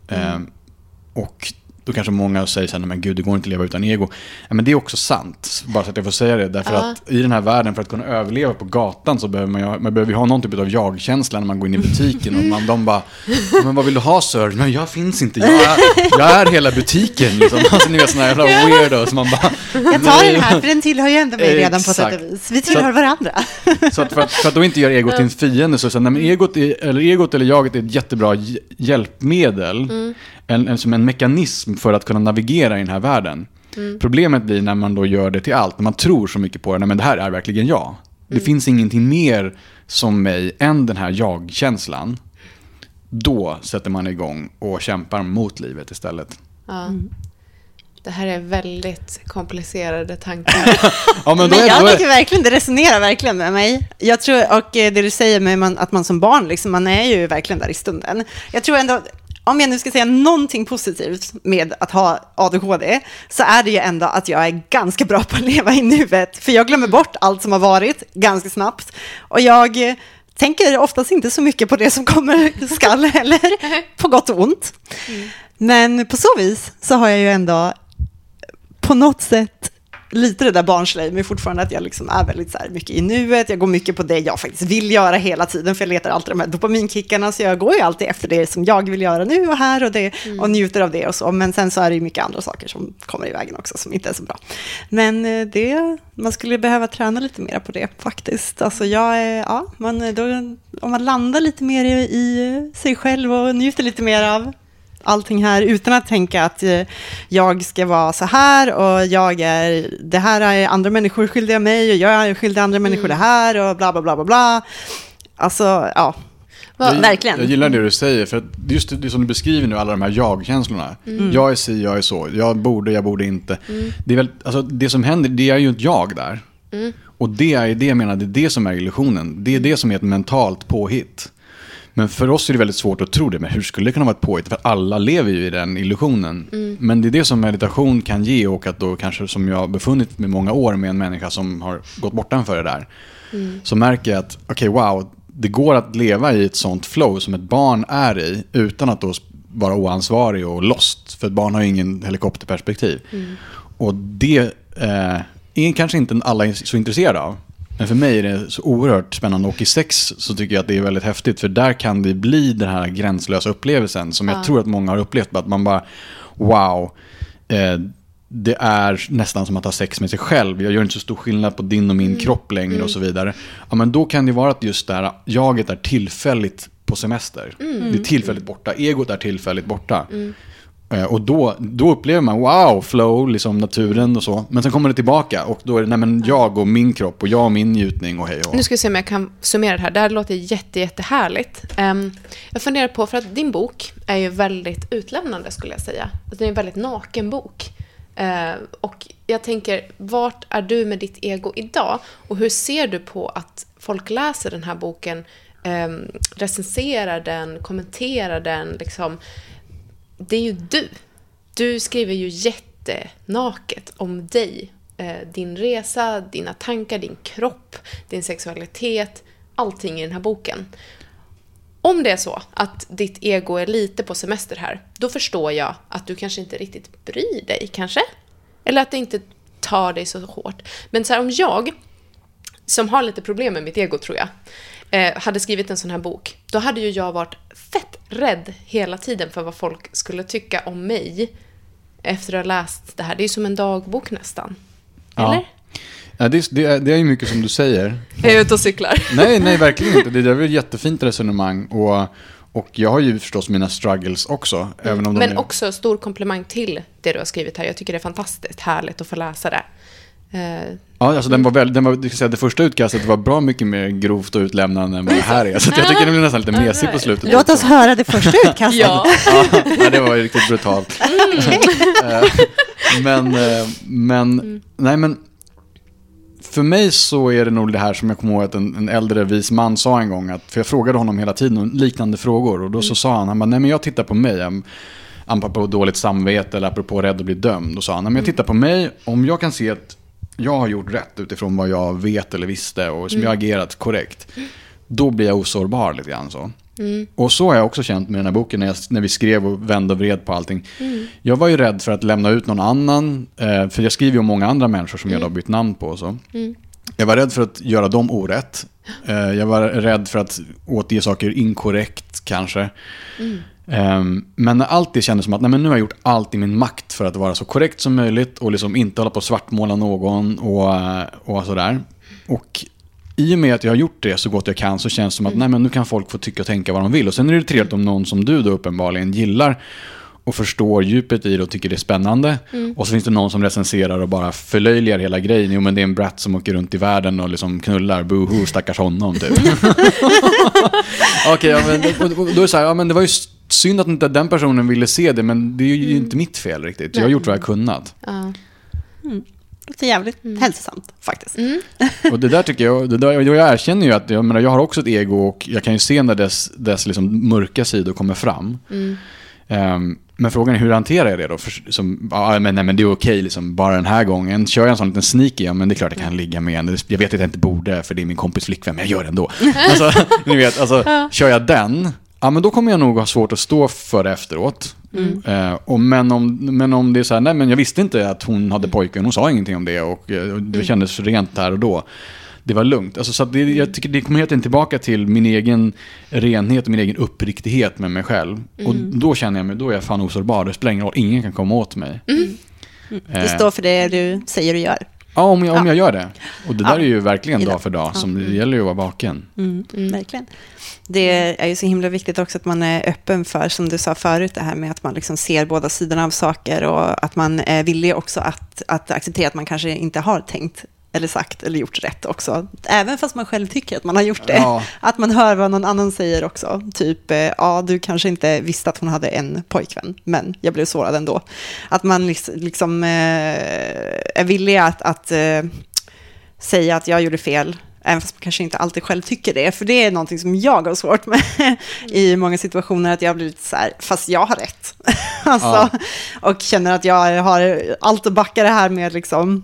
Och då kanske många säger så här, men gud, det går inte att leva utan ego. Ja, men det är också sant, bara så att jag får säga det. Därför att i den här världen, för att kunna överleva på gatan, så behöver man behöver ha någon typ av jag-känsla när man går in i butiken. Och de bara, men vad vill du ha, sir? Men jag finns inte, jag är hela butiken. Liksom. Alltså, ni vet, såna här jävla weirdo. Så man bara, jag tar den här, för den tillhör ju ändå mig redan på sätt och vis. Vi tillhör varandra. Så att för att då inte göra egot till en fiende, så nej, men egot eller jaget är ett jättebra hjälpmedel. Som en mekanism för att kunna navigera i den här världen. Problemet blir när man då gör det till allt. När man tror så mycket på det. Nej, men det här är verkligen jag. Det finns ingenting mer som mig än den här jag-känslan. Då sätter man igång och kämpar mot livet istället. Det här är väldigt komplicerade tankar. Men jag tycker verkligen, det resonerar verkligen med mig. Jag tror, och det du säger med att man som barn, liksom, man är ju verkligen där i stunden. Jag tror ändå, om jag nu ska säga någonting positivt med att ha ADHD, så är det ju ändå att jag är ganska bra på att leva i nuet. För jag glömmer bort allt som har varit ganska snabbt. Och jag tänker oftast inte så mycket på det som kommer skall, eller på gott och ont. Men på så vis så har jag ju ändå på något sätt lite det där barnsliga, men fortfarande att jag liksom är väldigt så här mycket i nuet. Jag går mycket på det jag faktiskt vill göra hela tiden, för jag letar alltid de här dopaminkickarna, så jag går ju alltid efter det som jag vill göra nu och här och det, och njuter av det och så. Men sen så är det ju mycket andra saker som kommer i vägen också som inte är så bra. Men man skulle behöva träna lite mer på det faktiskt. Alltså om man landar lite mer i sig själv och njuter lite mer av allting här utan att tänka att jag ska vara så här och det här är andra människor skyldiga mig och jag är skyldig andra människor det här och bla bla bla bla bla. Alltså, ja. Verkligen. Jag gillar det du säger, för att just det som du beskriver nu, alla de här jag-känslorna. Jag är si, jag är så. Jag borde inte. Det är väl, alltså, det som händer, det är ju ett jag där. Och det är det jag menar, det är det som är illusionen. Det är det som är ett mentalt påhitt. Men för oss är det väldigt svårt att tro det. Men hur skulle det kunna vara ett påhitt? För alla lever ju i den illusionen. Men det är det som meditation kan ge. Och att då kanske, som jag har befunnit med många år med en människa som har gått bortanför det där. Så märker jag att, okej, wow, det går att leva i ett sånt flow som ett barn är i. Utan att då vara oansvarig och lost. För ett barn har ju ingen helikopterperspektiv. Och det är kanske inte alla är så intresserade av. Men för mig är det så oerhört spännande, och i sex så tycker jag att det är väldigt häftigt, för där kan det bli den här gränslösa upplevelsen som jag tror att många har upplevt, att man bara, wow, det är nästan som att ha sex med sig själv. Jag gör inte så stor skillnad på din och min kropp längre och så vidare. Ja, men då kan det vara att just där jaget är tillfälligt på semester. Det är tillfälligt borta, egot är tillfälligt borta. Och då upplever man, wow, flow, liksom naturen och så. Men sen kommer det tillbaka och då är det, nej men jag och min kropp och jag och min njutning och hej och. Nu ska vi se om jag kan summera det här. Det här låter jättehärligt. Jag funderar på, för att din bok är ju väldigt utlämnande, skulle jag säga. Det är en väldigt naken bok. Och jag tänker, vart är du med ditt ego idag? Och hur ser du på att folk läser den här boken, recenserar den, kommenterar den, liksom. Det är ju du. Du skriver ju jättenaket om dig. Din resa, dina tankar, din kropp, din sexualitet. Allting i den här boken. Om det är så att ditt ego är lite på semester här, då förstår jag att du kanske inte riktigt bryr dig, kanske. Eller att det inte tar dig så hårt. Men så här, om jag, som har lite problem med mitt ego tror jag, hade skrivit en sån här bok, då hade ju jag varit fett rädd hela tiden för vad folk skulle tycka om mig efter att ha läst det här. Det är ju som en dagbok nästan. Eller? Ja, det är ju mycket som du säger. Jag är ute och cyklar. Nej, verkligen inte. Det är väl ett jättefint resonemang. Och jag har ju förstås mina struggles också. Även om men också stor komplimang till det du har skrivit här. Jag tycker det är fantastiskt härligt att få läsa det. Ja, alltså det första utkastet var bra mycket mer grovt och utlämnande än vad det här är. Så jag tycker det blir nästan lite mesig på slutet. Låt oss höra det första utkastet. Ja, det var ju riktigt brutalt. Men för mig så är det nog det här som jag kommer ihåg att en äldre vis man sa en gång, för jag frågade honom hela tiden liknande frågor, och då så sa han bara, nej men jag tittar på mig, apropå dåligt samvete eller apropå rädd att bli dömd, då sa han, nej men jag tittar på mig, om jag kan se att jag har gjort rätt utifrån vad jag vet eller visste och som jag har agerat korrekt, då blir jag osårbar lite grann så. Och så har jag också känt med den här boken när vi skrev och vände och vred på allting. Jag var ju rädd för att lämna ut någon annan, för jag skriver ju om många andra människor som jag har bytt namn på och så. Jag var rädd för att göra dem orätt. Jag var rädd för att återge saker inkorrekt kanske. Men när allt det kändes som att nej, men nu har jag gjort allt i min makt för att vara så korrekt som möjligt och liksom inte hålla på att svartmåla någon och sådär. Och i och med att jag har gjort det så gott jag kan, så känns det som att nej, men nu kan folk få tycka och tänka vad de vill. Och sen är det trevligt om någon som du då uppenbarligen gillar och förstår djupet i det och tycker det är spännande. Och så finns det någon som recenserar och bara förlöjligar hela grejen. Jo, men det är en brat som åker runt i världen och liksom knullar, boohoo, stackars honom typ. Okej, ja, men då är det så här, ja men det var ju synd att inte den personen ville se det, men det är ju inte mitt fel riktigt. Jag har gjort vad jag kunnat. Det är jävligt hälsosamt faktiskt. Och det där tycker jag erkänner ju att jag har också ett ego, och jag kan ju se när dess liksom mörka sidor kommer fram. Men frågan är, hur hanterar jag det då? Men det är okej liksom, bara den här gången. Kör jag en sån liten sneaky, men det är klart jag kan ligga med en. Jag vet att jag inte borde, för det är min kompis flickvän, men jag gör det ändå. Alltså, ni vet, kör jag den, Ja, men då kommer jag nog ha svårt att stå för det efteråt. Men om det är så här, nej men jag visste inte att hon hade pojkvän, hon sa ingenting om det och det kändes rent där och då. Det var lugnt. Alltså, så att jag tycker det kommer helt enkelt tillbaka till min egen renhet och min egen uppriktighet med mig själv. Och då känner jag mig, då är jag fan osårbar. Det spelar ingen roll, ingen kan komma åt mig. Det står för det du säger och gör. Ja, om jag gör det. Och det där är ju verkligen dag för dag. Som det gäller ju att vara vaken. Verkligen. Det är ju så himla viktigt också att man är öppen för, som du sa förut, det här med att man liksom ser båda sidorna av saker och att man är villig också att acceptera att man kanske inte har tänkt eller sagt eller gjort rätt också. Även fast man själv tycker att man har gjort det. Ja. Att man hör vad någon annan säger också. Typ, du kanske inte visste att hon hade en pojkvän, men jag blev sårad ändå. Att man liksom är villig att säga att jag gjorde fel, även fast man kanske inte alltid själv tycker det. För det är någonting som jag har svårt med i många situationer, att jag blir lite så här, fast jag har rätt. Alltså, och känner att jag har allt att backa det här med liksom...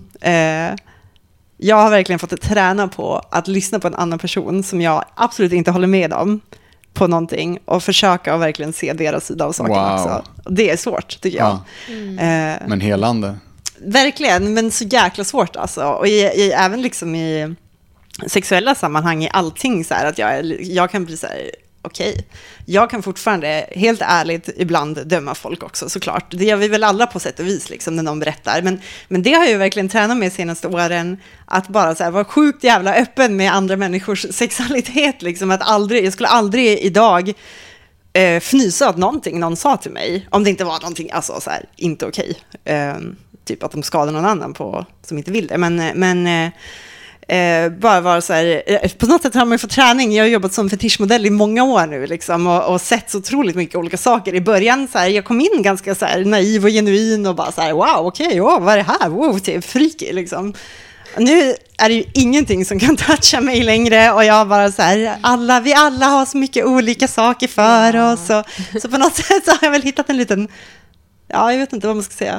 Jag har verkligen fått träna på att lyssna på en annan person som jag absolut inte håller med om på någonting och försöka att verkligen se deras sida av saken också. Det är svårt, tycker jag. Men helande. Verkligen, men så jäkla svårt alltså. Och även liksom i sexuella sammanhang, i allting så här, att jag kan bli så här, okej. Jag kan fortfarande helt ärligt ibland döma folk också, såklart. Det gör vi väl alla på sätt och vis liksom, när någon berättar. Men det har jag ju verkligen tränat med de senaste åren, att bara så här, vara sjukt jävla öppen med andra människors sexualitet. Liksom, jag skulle aldrig idag fnysa åt någonting någon sa till mig, om det inte var någonting alltså, så här, inte okej. Typ att de skadar någon annan som inte vill det. Men bara vara så här, på något sätt har man ju fått träning. Jag har jobbat som fetischmodell i många år nu liksom, och sett så otroligt mycket olika saker. I början så här, jag kom in ganska så här, naiv och genuin och bara så här, wow, okej, vad är det här? Wow, typ freaky liksom. Nu är det ju ingenting som kan toucha mig längre, och jag bara så här, vi alla har så mycket olika saker för oss, så på något sätt så har jag väl hittat en liten, jag vet inte vad man ska säga,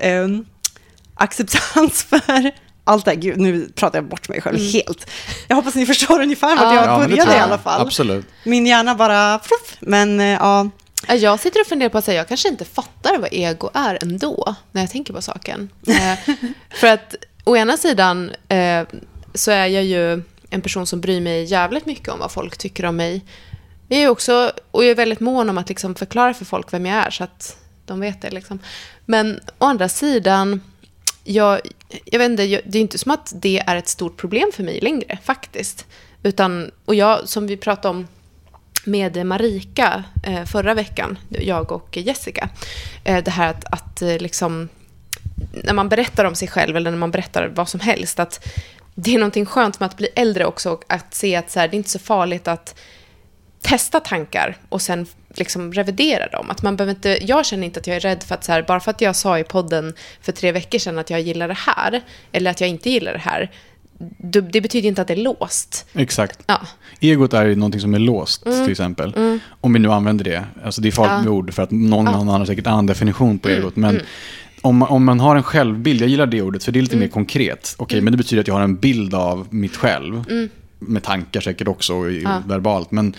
acceptans för allt det här. Gud, nu pratar jag bort mig själv helt. Jag hoppas ni förstår ungefär vart jag började i alla fall. Absolut. Min hjärna bara, men ja. Jag sitter och funderar på att jag kanske inte fattar vad ego är ändå, när jag tänker på saken. För att å ena sidan så är jag ju en person som bryr mig jävligt mycket om vad folk tycker om mig. Jag är också, och jag är väldigt mån om att liksom förklara för folk vem jag är, så att de vet det liksom. Men å andra sidan, jag vet inte, det är inte som att det är ett stort problem för mig längre faktiskt. Utan, och jag, som vi pratade om med Marika förra veckan, jag och Jessica, det här att liksom, när man berättar om sig själv eller när man berättar vad som helst, att det är någonting skönt med att bli äldre också, och att se att så här, det är inte så farligt att testa tankar och sen liksom revidera dem. Att man behöver inte, jag känner inte att jag är rädd för att så här, bara för att jag sa i podden för 3 veckor sedan att jag gillar det här eller att jag inte gillar det här, det betyder inte att det är låst. Exakt. Ja. Egot är ju någonting som är låst till exempel. Om vi nu använder det. Alltså det är farligt med ord, för att någon annan har säkert en annan definition på egot. Men om man har en självbild, jag gillar det ordet för det är lite mer konkret. Okej, men det betyder att jag har en bild av mitt själv. Med tankar säkert också verbalt. Men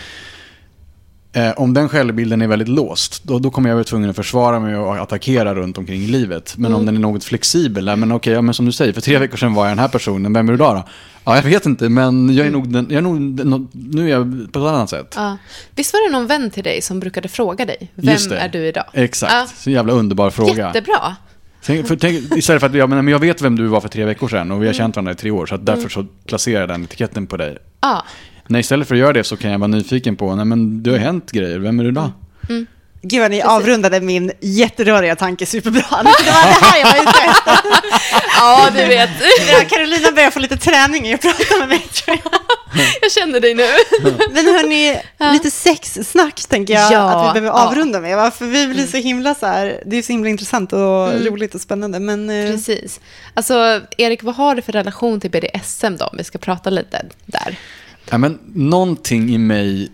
om den självbilden är väldigt låst, då kommer jag vara tvungen att försvara mig och attackera runt omkring i livet. Men om den är något flexibel, men okej, men som du säger, för 3 veckor sedan var jag den här personen, vem är du då? Ja, jag vet inte, men jag är nog nu är jag på ett annat sätt. Ja. Visst var det någon vän till dig som brukade fråga dig, vem är du idag? Exakt, så jävla underbar fråga. Jättebra. Tänk, istället för att jag vet vem du var för 3 veckor sedan och vi har känt varandra i 3 år, så att därför så placerar jag den etiketten på dig. Nej, istället för att göra det så kan jag vara nyfiken på, men det har hänt grejer, vem är du då? Gud vad ni avrundade min jätteröriga tanke superbra. Det var det här jag var ute efter. Ja, du vet. Carolina börjar få lite träning i att prata med mig, tror jag. Jag känner dig nu. Men hörni, lite sexsnack tänker jag att vi behöver avrunda med. Varför vi blir så himla så här, det är så himla intressant och roligt och spännande. Men, precis. Alltså, Erik, vad har du för relation till BDSM då? Vi ska prata lite där. Ja, men någonting i mig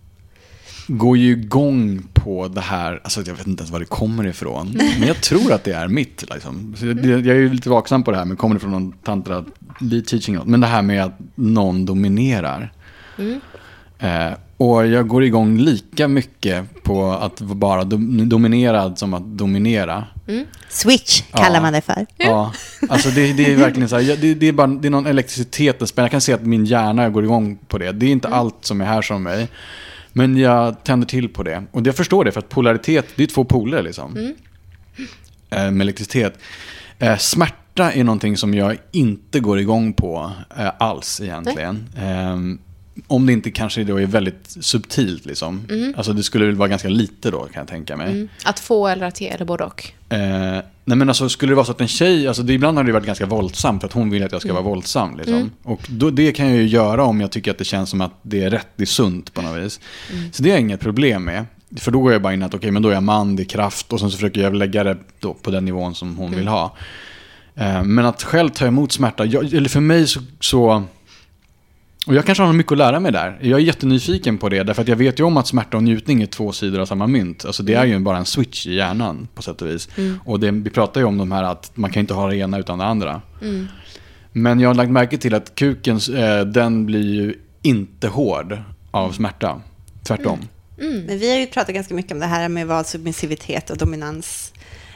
går ju igång på det här, alltså jag vet inte ens var det kommer ifrån, men jag tror att det är mitt liksom. Så jag är ju lite vaksam på det här, men kommer det från någon tantra lead teaching, men det här med att någon dominerar. Och jag går igång lika mycket på att vara dominerad som att dominera. Switch kallar man det för. Ja, alltså det är verkligen så här, det är någon elektricitet. Jag kan se att min hjärna går igång på det. Det är inte allt som är här som mig. Men jag tänder till på det. Och jag förstår det, för att polaritet, det är 2 poler liksom. Med elektricitet. Smärta är någonting som jag inte går igång på alls egentligen. Om det inte kanske då är väldigt subtilt liksom. Alltså det skulle väl vara ganska lite då, kan jag tänka mig. Att få eller att ge, eller både och. Nej, men alltså skulle det vara så att en tjej, alltså ibland har det varit ganska våldsamt, för att hon vill att jag ska vara våldsam liksom. Och då, det kan jag ju göra om jag tycker att det känns som att det är rätt, det är sunt på något vis. Så det är inget problem med. För då går jag bara in att okej, men då är jag man, det är kraft, och sen så försöker jag lägga det då på den nivån som hon vill ha. Men att själv ta emot smärta, eller för mig så och jag kanske har mycket att lära mig där. Jag är jättenyfiken på det, därför att jag vet ju om att smärta och njutning är 2 sidor av samma mynt. Alltså det är ju bara en switch i hjärnan på sätt och vis. Och vi pratar ju om de här att man kan inte ha det ena utan det andra. Men jag har lagt märke till att kuken, den blir ju inte hård av smärta. Tvärtom. Men vi har ju pratat ganska mycket om det här med vad submissivitet och dominans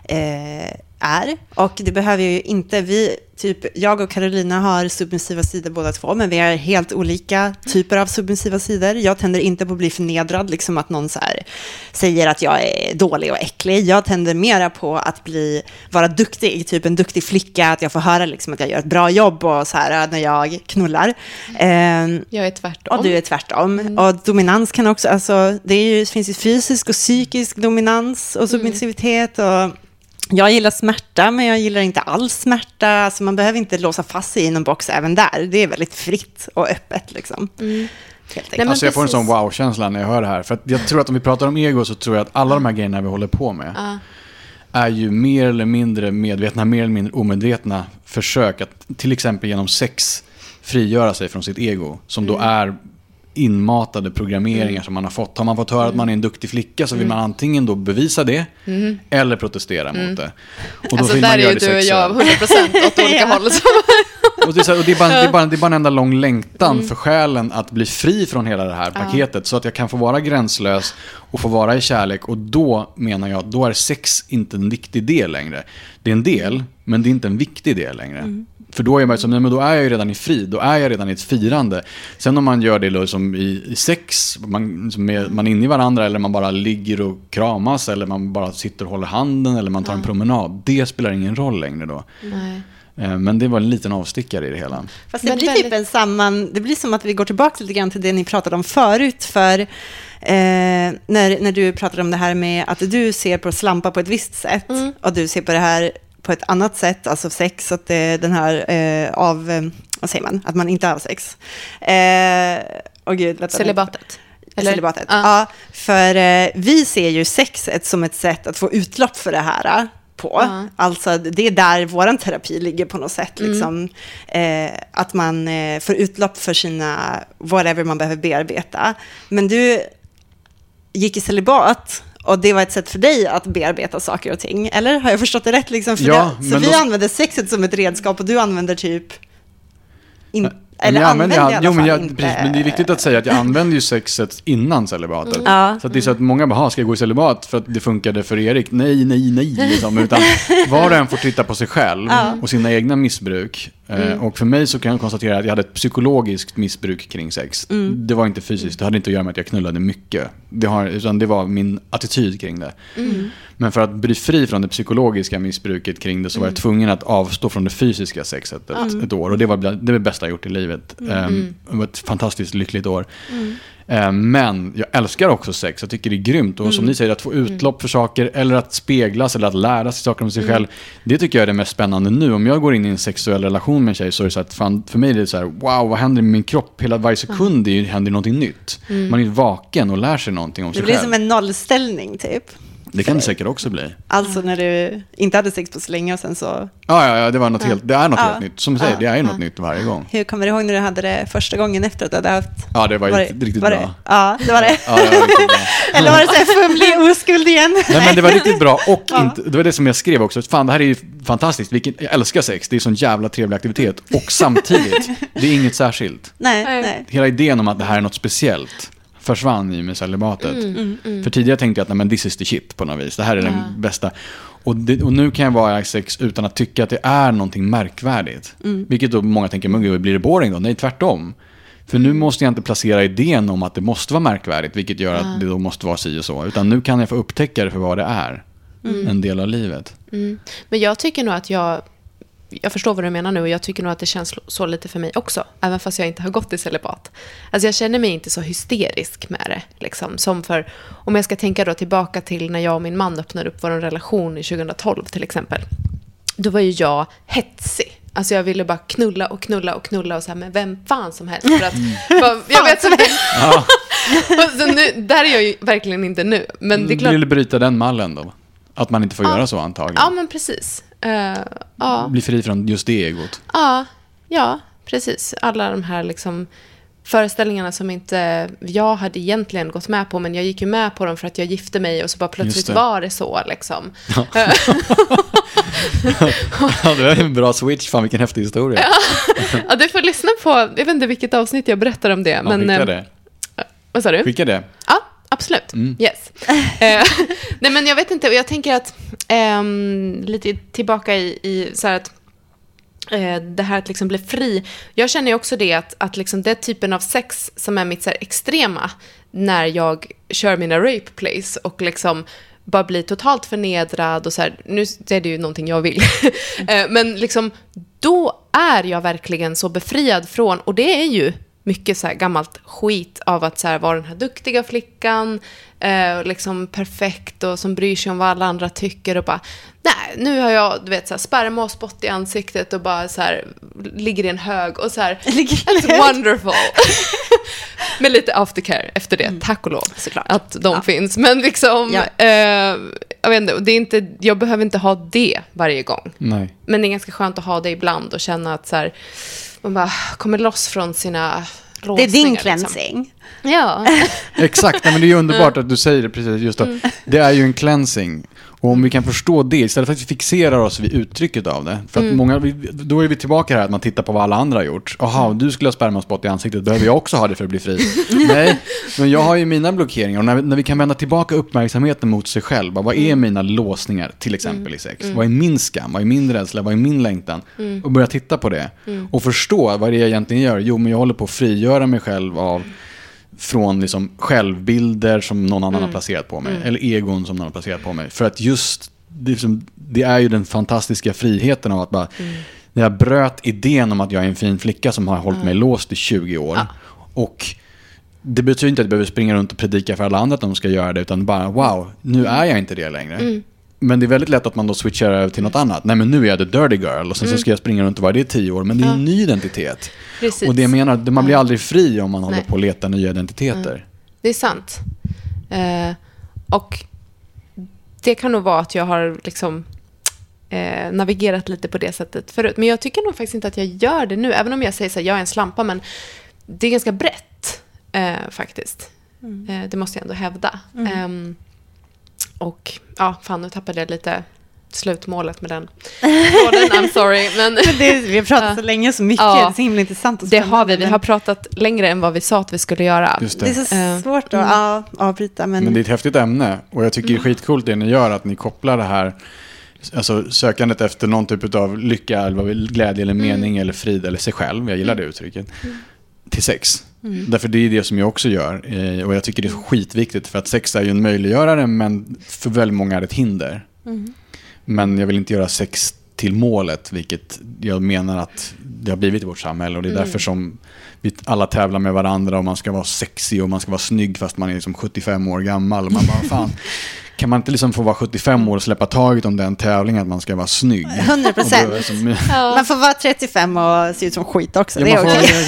är. Och det behöver ju inte, jag och Carolina har submissiva sidor båda två, men vi har helt olika typer av submissiva sidor. Jag tänder inte på att bli förnedrad, liksom att någon så här säger att jag är dålig och äcklig. Jag tänder mera på att vara duktig, typ en duktig flicka, att jag får höra liksom att jag gör ett bra jobb och så här när jag knullar. Jag är tvärtom. Och du är tvärtom. Och dominans kan också, alltså det finns ju fysisk och psykisk dominans och submissivitet, och jag gillar smärta, men jag gillar inte alls smärta. Alltså man behöver inte låsa fast sig i någon box även där. Det är väldigt fritt och öppet liksom. Alltså jag får en sån wow-känsla när jag hör det här. För att jag tror att om vi pratar om ego, så tror jag att alla de här grejerna vi håller på med är ju mer eller mindre medvetna, mer eller mindre omedvetna försök att till exempel genom sex frigöra sig från sitt ego, som då är inmatade programmeringar som man har fått. Har man fått höra att man är en duktig flicka, så vill man antingen då bevisa det eller protestera mot det. Och då alltså vill där man är göra ju det du och jag 100% åt olika håll. Och det är bara en enda lång längtan för själen att bli fri från hela det här paketet, så att jag kan få vara gränslös och få vara i kärlek. Och då menar jag att då är sex inte en viktig del längre. Det är en del, men det är inte en viktig del längre. För då är jag bara som, men då är jag ju redan i frid, då är jag redan i ett firande. Sen om man gör det som i sex, man är inne i varandra, eller man bara ligger och kramas, eller man bara sitter och håller handen, eller man tar en promenad, det spelar ingen roll längre då. Nej. Men det var en liten avstickare i det hela. Fast det blir typ det blir som att vi går tillbaka lite grann till det ni pratade om förut, för när du pratade om det här med att du ser på slampa på ett visst sätt, och du ser på det här på ett annat sätt, alltså sex, att det är den här vad säger man? Att man inte har sex. Celibatet. Celibatet. Ja, för vi ser ju sexet som ett sätt att få utlopp för det här på. Alltså det är där våran terapi ligger på något sätt. Liksom. Att man får utlopp för sina whatever man behöver bearbeta. Men du gick i celibat, och det var ett sätt för dig att bearbeta saker och ting. Eller har jag förstått det rätt? Liksom? Så vi använder sexet som ett redskap, och du använder typ... Men det är viktigt att säga att jag använder ju sexet innan celibatet. Så att det är så att många bara, ska jag gå i celibat för att det funkade för Erik? Nej liksom. Utan var och en får titta på sig själv och sina egna missbruk. Och för mig så kan jag konstatera att jag hade ett psykologiskt missbruk kring sex. Det var inte fysiskt, det hade inte att göra med att jag knullade mycket. Utan det var min attityd kring det. Men för att bli fri från det psykologiska missbruket kring det, så var jag tvungen att avstå från det fysiska sexet ett år. Och det var det bästa jag gjort i livet. Det var ett fantastiskt lyckligt år. Men jag älskar också sex. Jag tycker det är grymt. Och som ni säger, att få utlopp för saker, eller att speglas, eller att lära sig saker om sig själv. Det tycker jag är det mest spännande nu. Om jag går in i en sexuell relation med en tjej, så är det så att för mig är det så här, wow, vad händer med min kropp? Hela varje sekund händer någonting nytt. Man är vaken och lär sig någonting om sig själv. Det blir som en nollställning typ. Det kan det säkert också bli. Alltså när du inte hade sex på så länge och sen så... Ja, det var något helt nytt. Som du säger, det är något nytt varje gång. Hur kommer du ihåg när du hade det första gången efter att du hade haft... Ja, det var riktigt bra. Ja, det var det. Ja, det var riktigt bra. Eller var det så här fumlig oskuld igen? Nej, men det var riktigt bra. Och det var det som jag skrev också. Fan, det här är ju fantastiskt. Jag älskar sex. Det är sån jävla trevlig aktivitet. Och samtidigt, det är inget särskilt. Nej. Hela idén om att det här är något speciellt. försvann i med celibatet. För tidigare tänkte jag att nej, men this is the shit på något vis. Det här är den bästa. Och nu kan jag vara i sex utan att tycka att det är någonting märkvärdigt. Vilket då många tänker, men gud, blir det boring då? Nej, tvärtom. För nu måste jag inte placera idén om att det måste vara märkvärdigt, vilket gör att det då måste vara si och så. Utan nu kan jag få upptäcka det för vad det är. En del av livet. Men jag tycker nog att jag förstår vad du menar nu, och jag tycker nog att det känns så lite för mig också, även fast jag inte har gått i celibat. Alltså jag känner mig inte så hysterisk med det, liksom, som för, om jag ska tänka då tillbaka till när jag och min man öppnade upp vår relation i 2012 till exempel. Då var ju jag hetsig. Alltså jag ville bara knulla och så här med vem fan som helst. För att, jag vet så så nu, där är jag ju verkligen inte nu. Men det är klart. Vill bryta den mallen då? Att man inte får göra så antagligen. Ja, men precis. Bli fri från just det egot. Ja, precis. Alla de här liksom föreställningarna som inte jag hade egentligen gått med på, men jag gick ju med på dem för att jag gifte mig, och så bara plötsligt var det så liksom. Ja. Det var en bra switch, fan vilken häftig historia. Ja, du får lyssna på, jag vet inte vilket avsnitt jag berättar om det. Ja, men, skicka det. Vad sa du? Skicka det. Ja, absolut. Yes. Nej, men jag vet inte, jag tänker att lite tillbaka i så här att det här att liksom bli fri. Jag känner ju också det att liksom det typen av sex som är mitt så här extrema, när jag kör mina rape plays och liksom bara blir totalt förnedrad och så här, nu är det ju någonting jag vill. Men liksom då är jag verkligen så befriad från, och det är ju mycket så här gammalt skit av att så här vara den här duktiga flickan, liksom perfekt och som bryr sig om vad alla andra tycker, och bara nej, nu har jag, du vet, så här sperma och spott i ansiktet och bara så här ligger i en hög och så här it's wonderful. Med lite aftercare efter det, tack och lov såklart att de finns, men liksom jag vet inte, det är inte, jag behöver inte ha det varje gång. Nej. Men det är ganska skönt att ha det ibland och känna att så här, man bara kommer loss från sina låsningar. Det är din cleansing. Liksom. Ja. Exakt, men det är ju underbart att du säger det precis, just att det är ju en cleansing. Och om vi kan förstå det, istället för att vi fixerar oss vid uttrycket av det. För att många, då är vi tillbaka här att man tittar på vad alla andra har gjort. Jaha, du skulle ha spermaspott i ansiktet, behöver jag också ha det för att bli fri? Nej, men jag har ju mina blockeringar. Och när vi kan vända tillbaka uppmärksamheten mot sig själv, vad är mina låsningar till exempel i sex? Vad är min skam? Vad är min rädsla? Vad är min längtan? Och börja titta på det. Och förstå vad det är jag egentligen gör. Jo, men jag håller på att frigöra mig själv från liksom självbilder som någon annan har placerat på mig, eller egon som någon har placerat på mig, för att just det är ju den fantastiska friheten av att bara när jag bröt idén om att jag är en fin flicka som har hållit mig låst i 20 år och det betyder inte att jag behöver springa runt och predika för alla andra att de ska göra det, utan bara wow, nu är jag inte det längre. Men det är väldigt lätt att man då switchar över till något annat. Nej, men nu är jag the dirty girl och sen så ska jag springa runt och vara det i 10 år. Men det är en ny identitet. Precis. Och det jag menar, man blir aldrig fri om man håller på att leta nya identiteter. Det är sant. Och det kan nog vara att jag har liksom navigerat lite på det sättet förut. Men jag tycker nog faktiskt inte att jag gör det nu. Även om jag säger så här, jag är en slampa. Men det är ganska brett faktiskt. Det måste jag ändå hävda. Och ja, fan, nu tappade jag lite slutmålet med den. I'm sorry. Men vi har pratat så länge så mycket. Det är så himla intressant. Och det har vi. Vi har pratat längre än vad vi sa att vi skulle göra. Just det. Det är så svårt att avbryta. Men det är ett häftigt ämne. Och jag tycker det är skitcoolt det ni gör, att ni kopplar det här, alltså sökandet efter någon typ av lycka eller glädje eller mening eller frid eller sig själv. Jag gillar det uttrycket. Till sex. Därför det är det som jag också gör. Och jag tycker det är skitviktigt, för att sex är ju en möjliggörare, men för väldigt många är det ett hinder. Men jag vill inte göra sex till målet, vilket jag menar att det har blivit i vårt samhälle. Och det är därför som vi alla tävlar med varandra, och man ska vara sexig och man ska vara snygg fast man är liksom 75 år gammal. Och man bara, fan, kan man inte liksom få vara 75 år och släppa taget om den tävlingen att man ska vara snygg? 100%. Man får vara 35 och se ut som skit också. Ja, det är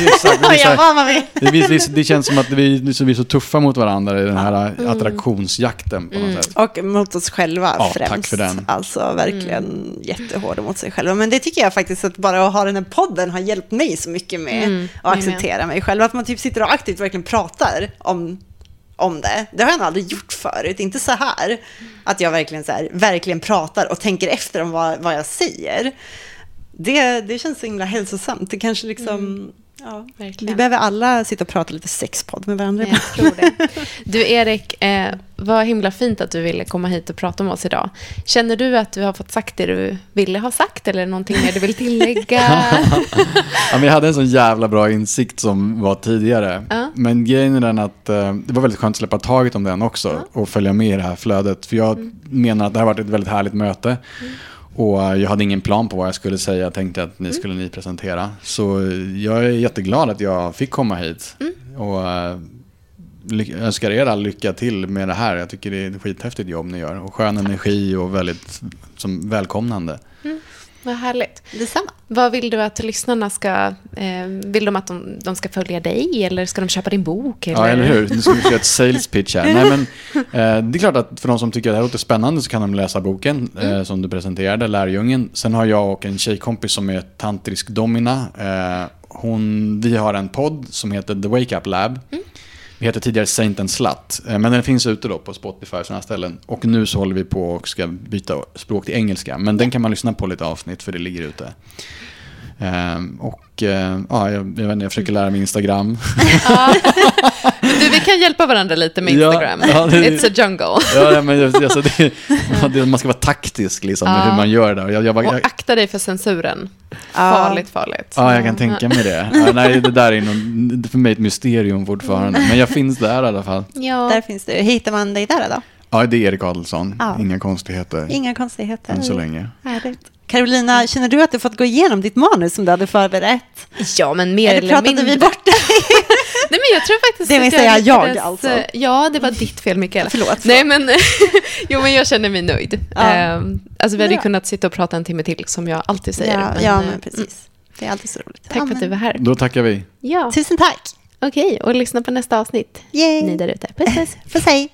okej. Det känns som att vi är så tuffa mot varandra i den här attraktionsjakten på något sätt. Och mot oss själva främst. Tack för den. Alltså verkligen jättehårda mot sig själva. Men det tycker jag faktiskt att bara att ha den här podden har hjälpt mig så mycket med att acceptera mig själv. Att man typ sitter och aktivt verkligen pratar om det. Det har jag nog aldrig gjort förut. Inte så här att jag verkligen pratar och tänker efter om vad jag säger. Det känns så himla hälsosamt. Det kanske liksom Ja. Vi Verkligen. behöver alla sitta och prata lite sexpodd med varandra. Jag tror det. Du Erik, vad himla fint att du ville komma hit och prata med oss idag. Känner du att du har fått sagt det du ville ha sagt eller någonting mer du vill tillägga? Ja, men jag hade en sån jävla bra insikt som var tidigare. Men grejen är den att det var väldigt skönt att släppa taget om den också och följa med i det här flödet. För jag menar att det har varit ett väldigt härligt möte. Och jag hade ingen plan på vad jag skulle säga. Jag tänkte att ni skulle presentera. Så jag är jätteglad att jag fick komma hit. Och önskar er all lycka till med det här. Jag tycker det är ett skithäftigt jobb ni gör. Och skön energi och väldigt välkomnande. Vad härligt. Detsamma. Vad vill du att lyssnarna ska... vill de att de ska följa dig? Eller ska de köpa din bok? Eller? Ja, eller hur? Nu ska vi köra ett sales pitch här. Nej, men, det är klart att för de som tycker att det här låter spännande så kan de läsa boken som du presenterade, Lärjungen. Sen har jag och en tjejkompis som är tantrisk domina. Vi har en podd som heter The Wake Up Lab. Vi heter tidigare Saint and Slut, men den finns ute då på Spotify och sådana ställen. Och nu så håller vi på och ska byta språk till engelska. Men den kan man lyssna på lite avsnitt för det ligger ute. Jag vet inte, jag försöker lära mig Instagram. Du, vi kan hjälpa varandra lite med Instagram. It's a jungle. Ja, men man ska vara taktisk liksom, med hur man gör det. Och akta dig för censuren. Farligt. Ja, jag kan tänka mig det. Nej, det där är för mig ett mysterium fortfarande. Men jag finns där i alla fall. Ja. Där finns du. Hittar man dig där då? Ja, det är Erik Adelsson. Ja. Inga konstigheter. Inga konstigheter. Än så länge. Härligt. Carolina, känner du att du fått gå igenom ditt manus som du hade förberett? Ja, men mer eller pratade mindre. Vi bort dig? Nej, men jag tror faktiskt det vill säga jag alltså. Ja, det var ditt fel, Mikaela. Förlåt. Nej, men jo, men jag känner mig nöjd. Ja. Alltså vi hade kunnat sitta och prata en timme till, som jag alltid säger. Men precis. Det är alltid så roligt. Tack för att du var här. Då tackar vi. Ja. Tusen tack. Okej, och lyssna på nästa avsnitt. Yay. Ni där ute. Puss, puss. Puss, hej.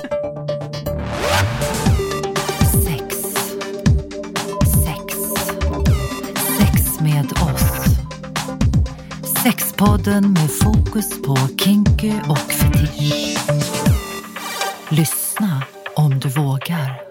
Sex med oss. Sexpodden med fokus på kinky och fetisch. Lyssna om du vågar.